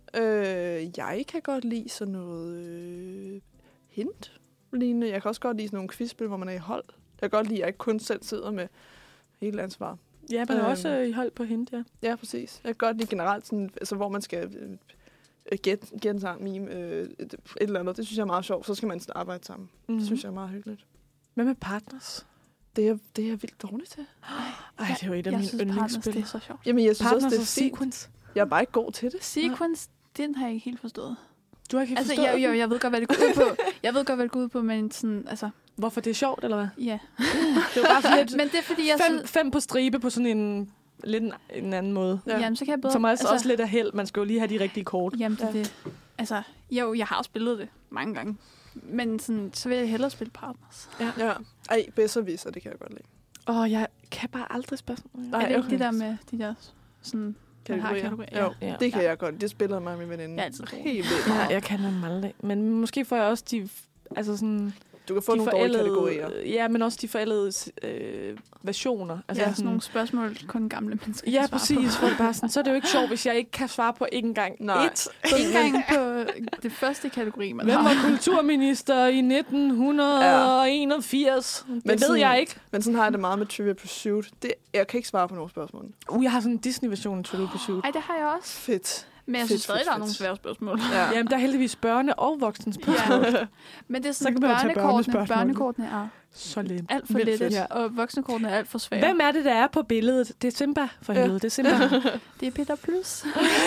Øh, jeg kan godt lide sådan noget øh, hint lignende. Jeg kan også godt lide sådan nogle quizspil, hvor man er i hold. Jeg kan godt lide, at jeg ikke kun selv sidder med hele ansvar. Ja, men Øhm. også øh, i hold på hende, ja. Ja, præcis. Jeg kan godt lide generelt, sådan, altså, hvor man skal øh, gætte get en sang, meme, øh, et, et eller andet. Det synes jeg er meget sjovt. Så skal man sådan arbejde sammen. Mm. Mm. Det synes jeg er meget hyggeligt. Hvad med partners? Det er, det er jeg vildt dårlig til. Ej, det er jo et af Jeg mine synes, partners, yndlingsspil. det er så sjovt. Jamen, jeg synes Partners også, og det er fint. sequence. Jeg er bare ikke god til det. Sequence, den har jeg ikke helt forstået. Du har ikke helt Altså, forstået jeg, jeg, den? jeg ved godt, hvad det går ud på. Jeg ved godt, hvad det går ud på, men sådan, altså, Hvorfor det er sjovt, eller hvad? ja. Det var bare sådan lidt Men det er fordi, jeg fem, synes... fem på stribe på sådan en lidt en, en anden måde. Ja. Jamen, så kan jeg bedre... Som er altså, også lidt af held. Man skal jo lige have de rigtige kort. Jamen, det, Ja. ja. det. Altså, jo, jeg har spillet det mange gange. Men sådan, så vil jeg hellere spille partners. Ja. Ej, bedre viser, det kan jeg godt lide. Åh, oh, jeg kan bare aldrig spille sådan Nej, Nej, er det ikke okay. det der med de der sådan... Man har kategorier. Jo, Ja. det kan Ja. jeg godt. Det spiller mig med min veninde. Jeg er altid god. Helt vildt Ja, meget. jeg kan dem aldrig. Men måske får jeg også de... Altså sådan... Du kan få de nogle dårlige forældede- kategorier. Ja, men også de forældede øh, versioner. Altså, Ja, ja, sådan nogle spørgsmål, kun gamle mennesker Ja, kan svare præcis. For det bare sådan, så er det jo ikke sjovt, hvis jeg ikke kan svare på ikke engang Nej. et. på. Ikke engang på det første kategori, man Hvem har. var kulturminister i nitten enogfirs? Det Men ved sådan- jeg ikke. Men sådan har jeg det meget med Trivia Pursuit. Det, jeg kan ikke svare på nogle spørgsmål. Uh, jeg har sådan en Disney-version af Trivial Pursuit. Ej, det har jeg også. Fedt. Men jeg Fedt, synes stadig, fedt, der er fedt. nogle svære spørgsmål. Ja. Jamen, der er heldigvis børne- og voksenspørgsmål. Ja. Men det er Så sådan, kan man jo tage børnekortene, børnespørgsmål. børnekortene er Så lidt. alt for Vildt lette, fedt. Ja. og voksenkortene er alt for svære. Hvem er det, der er på billedet? Det er Simba, for Ja. helvede. Det er Simba. Det er Peter Plus.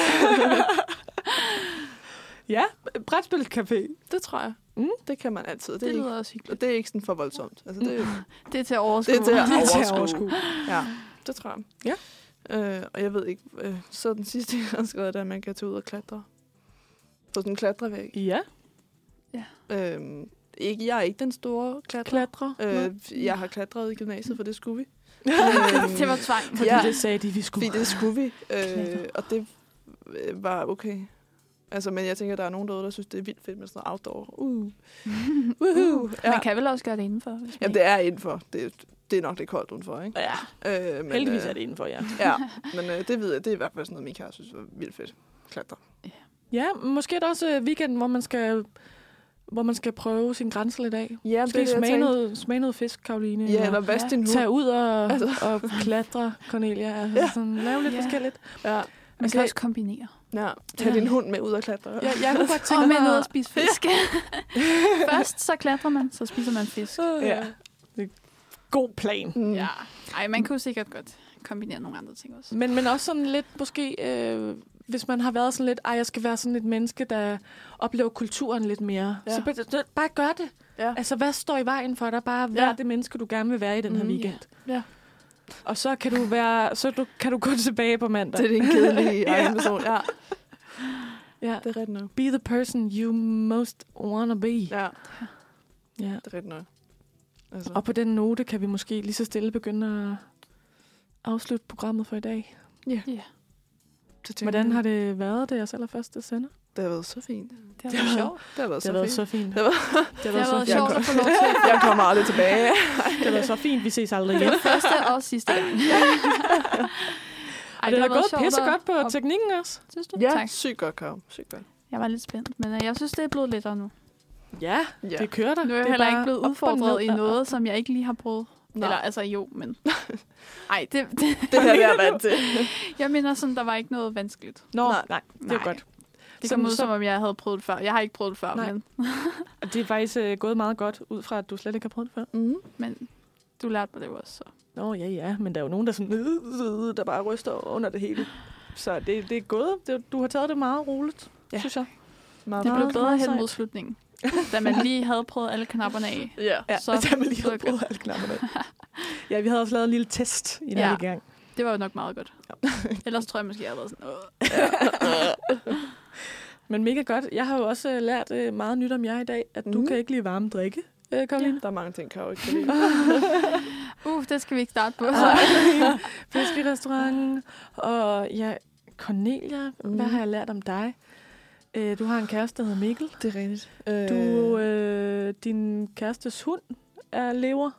Ja, brætspilscafé. Det tror jeg. Mm. Det kan man altid. Det, Det er ikke, lyder også hyggeligt. og det er ikke sådan for voldsomt. Altså, det, Det er til at overskue. det er til at Det er til at overskue. overskue. Ja, det tror jeg. Ja. Øh, og jeg ved ikke, øh, så den sidste, jeg har skrevet, er, at man kan tage ud og klatre. På sådan en klatrevæg. Ja, Øh, ikke, jeg er ikke den store klatrer. klatre. Øh, jeg har klatret i gymnasiet, for det skulle vi. Det var tvang. Fordi Ja. det sagde de, vi skulle. Fordi det skulle vi. Øh, Klatre. og det øh, var okay. Altså, men jeg tænker, der er nogen derude, der synes, det er vildt fedt med sådan noget outdoor. Uh. Woohoo. Ja. Man kan vel også gøre det indenfor. Hvis man Jamen, det er indenfor. Det, det er nok lidt koldt udenfor, ikke? Ja, Øh, men, heldigvis øh, er det indenfor, ja. Ja, men øh, det ved jeg, det er i hvert fald sådan noget, min kæreste synes var vildt fedt. Klatre. Ja, måske er det også øh, weekenden, hvor man skal hvor man skal prøve sin grænse lidt af. Ja, Måske smage noget, smage noget fisk, Karoline. Ja, og eller vask Ja. din hund. tage ud og, Altså. og klatre, Cornelia. Altså, Ja. sådan, lave lidt Ja. forskelligt. Ja. Man Okay. kan også kombinere. Ja, tag Ja. din hund med ud og klatre. Ja, jeg kunne godt Og tænke med mig... ned og spise fisk. Først så klatrer man, så spiser man fisk. Ja. God plan. Mm. Ja. Ej, man kunne sikkert godt kombinere nogle andre ting også. Men, men også sådan lidt, måske, øh, hvis man har været sådan lidt, ej, jeg skal være sådan et menneske, der oplever kulturen lidt mere. Ja. Så bare- så bare gør det. Ja. Altså, hvad står i vejen for dig? Bare vær Ja. det menneske, du gerne vil være i den her Mhm. weekend. Ja. Og så kan du være, så du, kan du gå tilbage på mandag. Det er din kedelige egen Ja. person. Ja, Ja. det er rigtigt nok. Be the person you most wanna be. Ja, Ja. det er rigtigt nok. Altså. Og på den note kan vi måske lige så stille begynde at, afslutte programmet for i dag. Ja. Ja. Hvordan har det været, det jeres allerførste sender? Det har været så fint. Det har været sjovt. Det har været, Det har været så så fint. fint. Det har været, Det Det har været så sjovt fint. at få lov til. jeg kommer aldrig tilbage. Det har været så fint. Vi ses aldrig Det igen. var første og sidste gang. Ej, det har været gået sjovt pisse at- godt på at- teknikken også. Synes du? Ja, Tak. sygt godt, Karo. Sygt godt. Jeg var lidt spændt, men øh, jeg synes, det er blevet lettere nu. Ja, Ja. det kører der. Nu er jeg det heller bare ikke blevet op og udfordret i ned. noget, som jeg ikke lige har prøvet. Nej. Eller altså jo, men... Ej, det, det, Det her, jeg er vant til. jeg mener sådan, der var ikke noget vanskeligt. Nå, Nej. nej, det er Nej. godt. Det Så- kom ud, så- som om jeg havde prøvet det før. Jeg har ikke prøvet det før, Nej. men, Det er faktisk øh, gået meget godt, ud fra at du slet ikke har prøvet det før. Mm. men du lærte mig det jo også. Så. Nå, ja, ja, men der er jo nogen, der, sådan, øh, der bare ryster under det hele. Så det, det er gået. Det, du har taget det meget roligt, Ja. synes jeg. Meget Det Meget, blev bedre meget hen sejt. mod slutningen. Da man lige havde prøvet alle knapperne af. Ja. Ja, Så så man lige blev havde det brugt godt. alle knapperne. Ja, vi havde også lavet en lille test i den Ja. her gang. Det var jo nok meget godt. Ellers tror jeg måske, jeg havde været sådan... Åh. Men mega godt. Jeg har jo også øh, lært øh, meget nyt om jer i dag, at du Mhm. kan ikke lide varme drikke, øh, Karoline. Der er mange ting, Karo ikke kan lide. Uh, det skal vi ikke starte på. Fiskerestauranten. Og ja, Cornelia, mm. hvad har jeg lært om dig? Øh, du har en kæreste, der hedder Mikkel. Det er rigtigt. Du, øh, din kærestes hund er lever.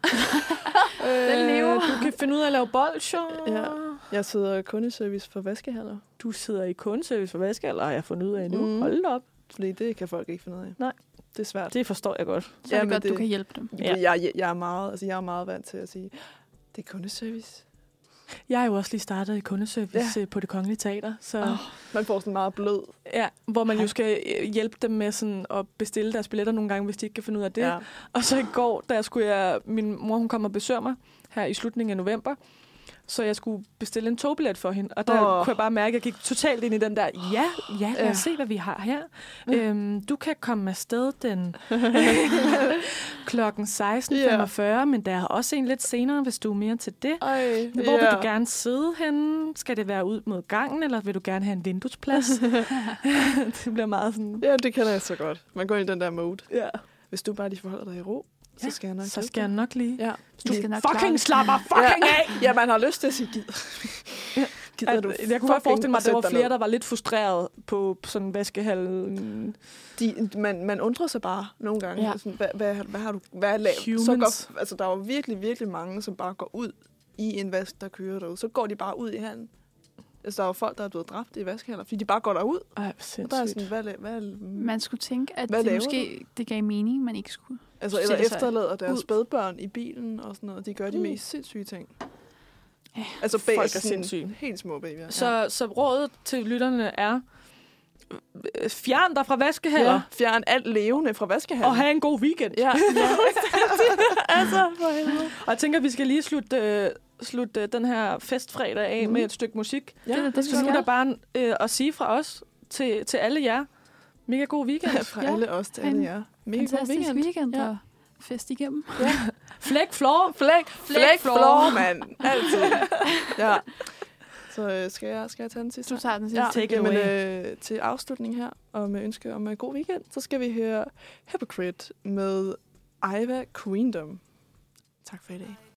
Den lever. Du kan finde ud af at lave bolsjer. Ja. Jeg sidder i kundeservice for vaskehaller. Du sidder i kundeservice for vaskealder, har jeg fundet ud af nu. Mm. Hold da op. Fordi det kan folk ikke finde ud af. Nej. Det er svært. Det forstår jeg godt. Så er det Jamen, godt, det- du kan hjælpe dem. Ja. Ja. Jeg, jeg, er meget, altså, jeg er meget vant til at sige, det er kundeservice. Jeg er jo også lige startet i kundeservice ja. på Det Kongelige Teater, så Oh, man får sådan meget blød. ja, hvor man jo skal øh, hjælpe dem med sådan at bestille deres billetter nogle gange, hvis de ikke kan finde ud af det. Ja. Og så i går, da jeg skulle jeg, min mor hun kom og besøger mig her i slutningen af november, så jeg skulle bestille en togbillet for hende. Og der Åh. oh. kunne jeg bare mærke, at jeg gik totalt ind i den der, ja, ja, lad Ja. os se, hvad vi har her. Mm. Øhm, du kan komme afsted den klokken seksten femogfyrre, yeah. men der er også en lidt senere, hvis du er mere til det. Ej, Hvor vil du gerne sidde henne? Skal det være ud mod gangen, eller vil du gerne have en vinduesplads? Det bliver meget sådan... Ja, det kender jeg så godt. Man går ind i den der mode. Ja. Hvis du bare lige forholder dig i ro, så Ja, skal jeg nok Så hjælpe skal jeg dig. nok lige... Ja. Du skal nok klare Fucking det. slapper fucking af! Ja, man har lyst til at sige, gider, gider du Jeg kunne godt forestille mig, at der var sætte dig flere, ned? der var lidt frustreret på sådan vaskehallen. De, man, man undrer sig bare nogle gange. Ja. Ja. Sådan, hvad, hvad, hvad har du hvad er lavet? Så Humans. går, altså, der er jo virkelig, virkelig mange, som bare går ud i en vask, der kører derude. Så går de bare ud i hallen. Altså, der er jo folk, der er blevet dræbt i vaskehaller, fordi de bare går derud. Ej, Og der er sådan, sindssygt. hvad, la- hvad, Man skulle tænke, at Hvad det laver måske det gav mening, man ikke skulle. altså, eller sætte sig efterlader deres ud. spædbørn i bilen og sådan noget. De gør de Mm. mest sindssyge ting. Ja, Altså, folk bag er sådan sindssyge. Helt små babyer. Så, så rådet til lytterne er, øh, fjern dig fra vaskehaller, Ja. Fjern alt levende fra vaskehallen. og have en god weekend. Ja, ja. altså, for helvede. Og jeg tænker, at vi skal lige slutte, øh, slutte øh, den her festfredag af Mhm. med et stykke musik. ja, det er det, Så nu er der bare øh, at sige fra os til, til alle jer. Mega god weekend. fra Ja. alle os til alle jer. Mega god Fantastisk weekend. weekend, Ja. og fest igennem. Flæk floor. Flæk, flæk, floor. floor, mand. Altid. Ja. Så øh, skal, jeg, skal jeg tage den sidste? Du tager den Ja, sidste. Take it jamen, away. øh, til afslutning her, og med ønske om en god weekend, så skal vi høre Hypocrite med Iva Queendom. Tak for i dag.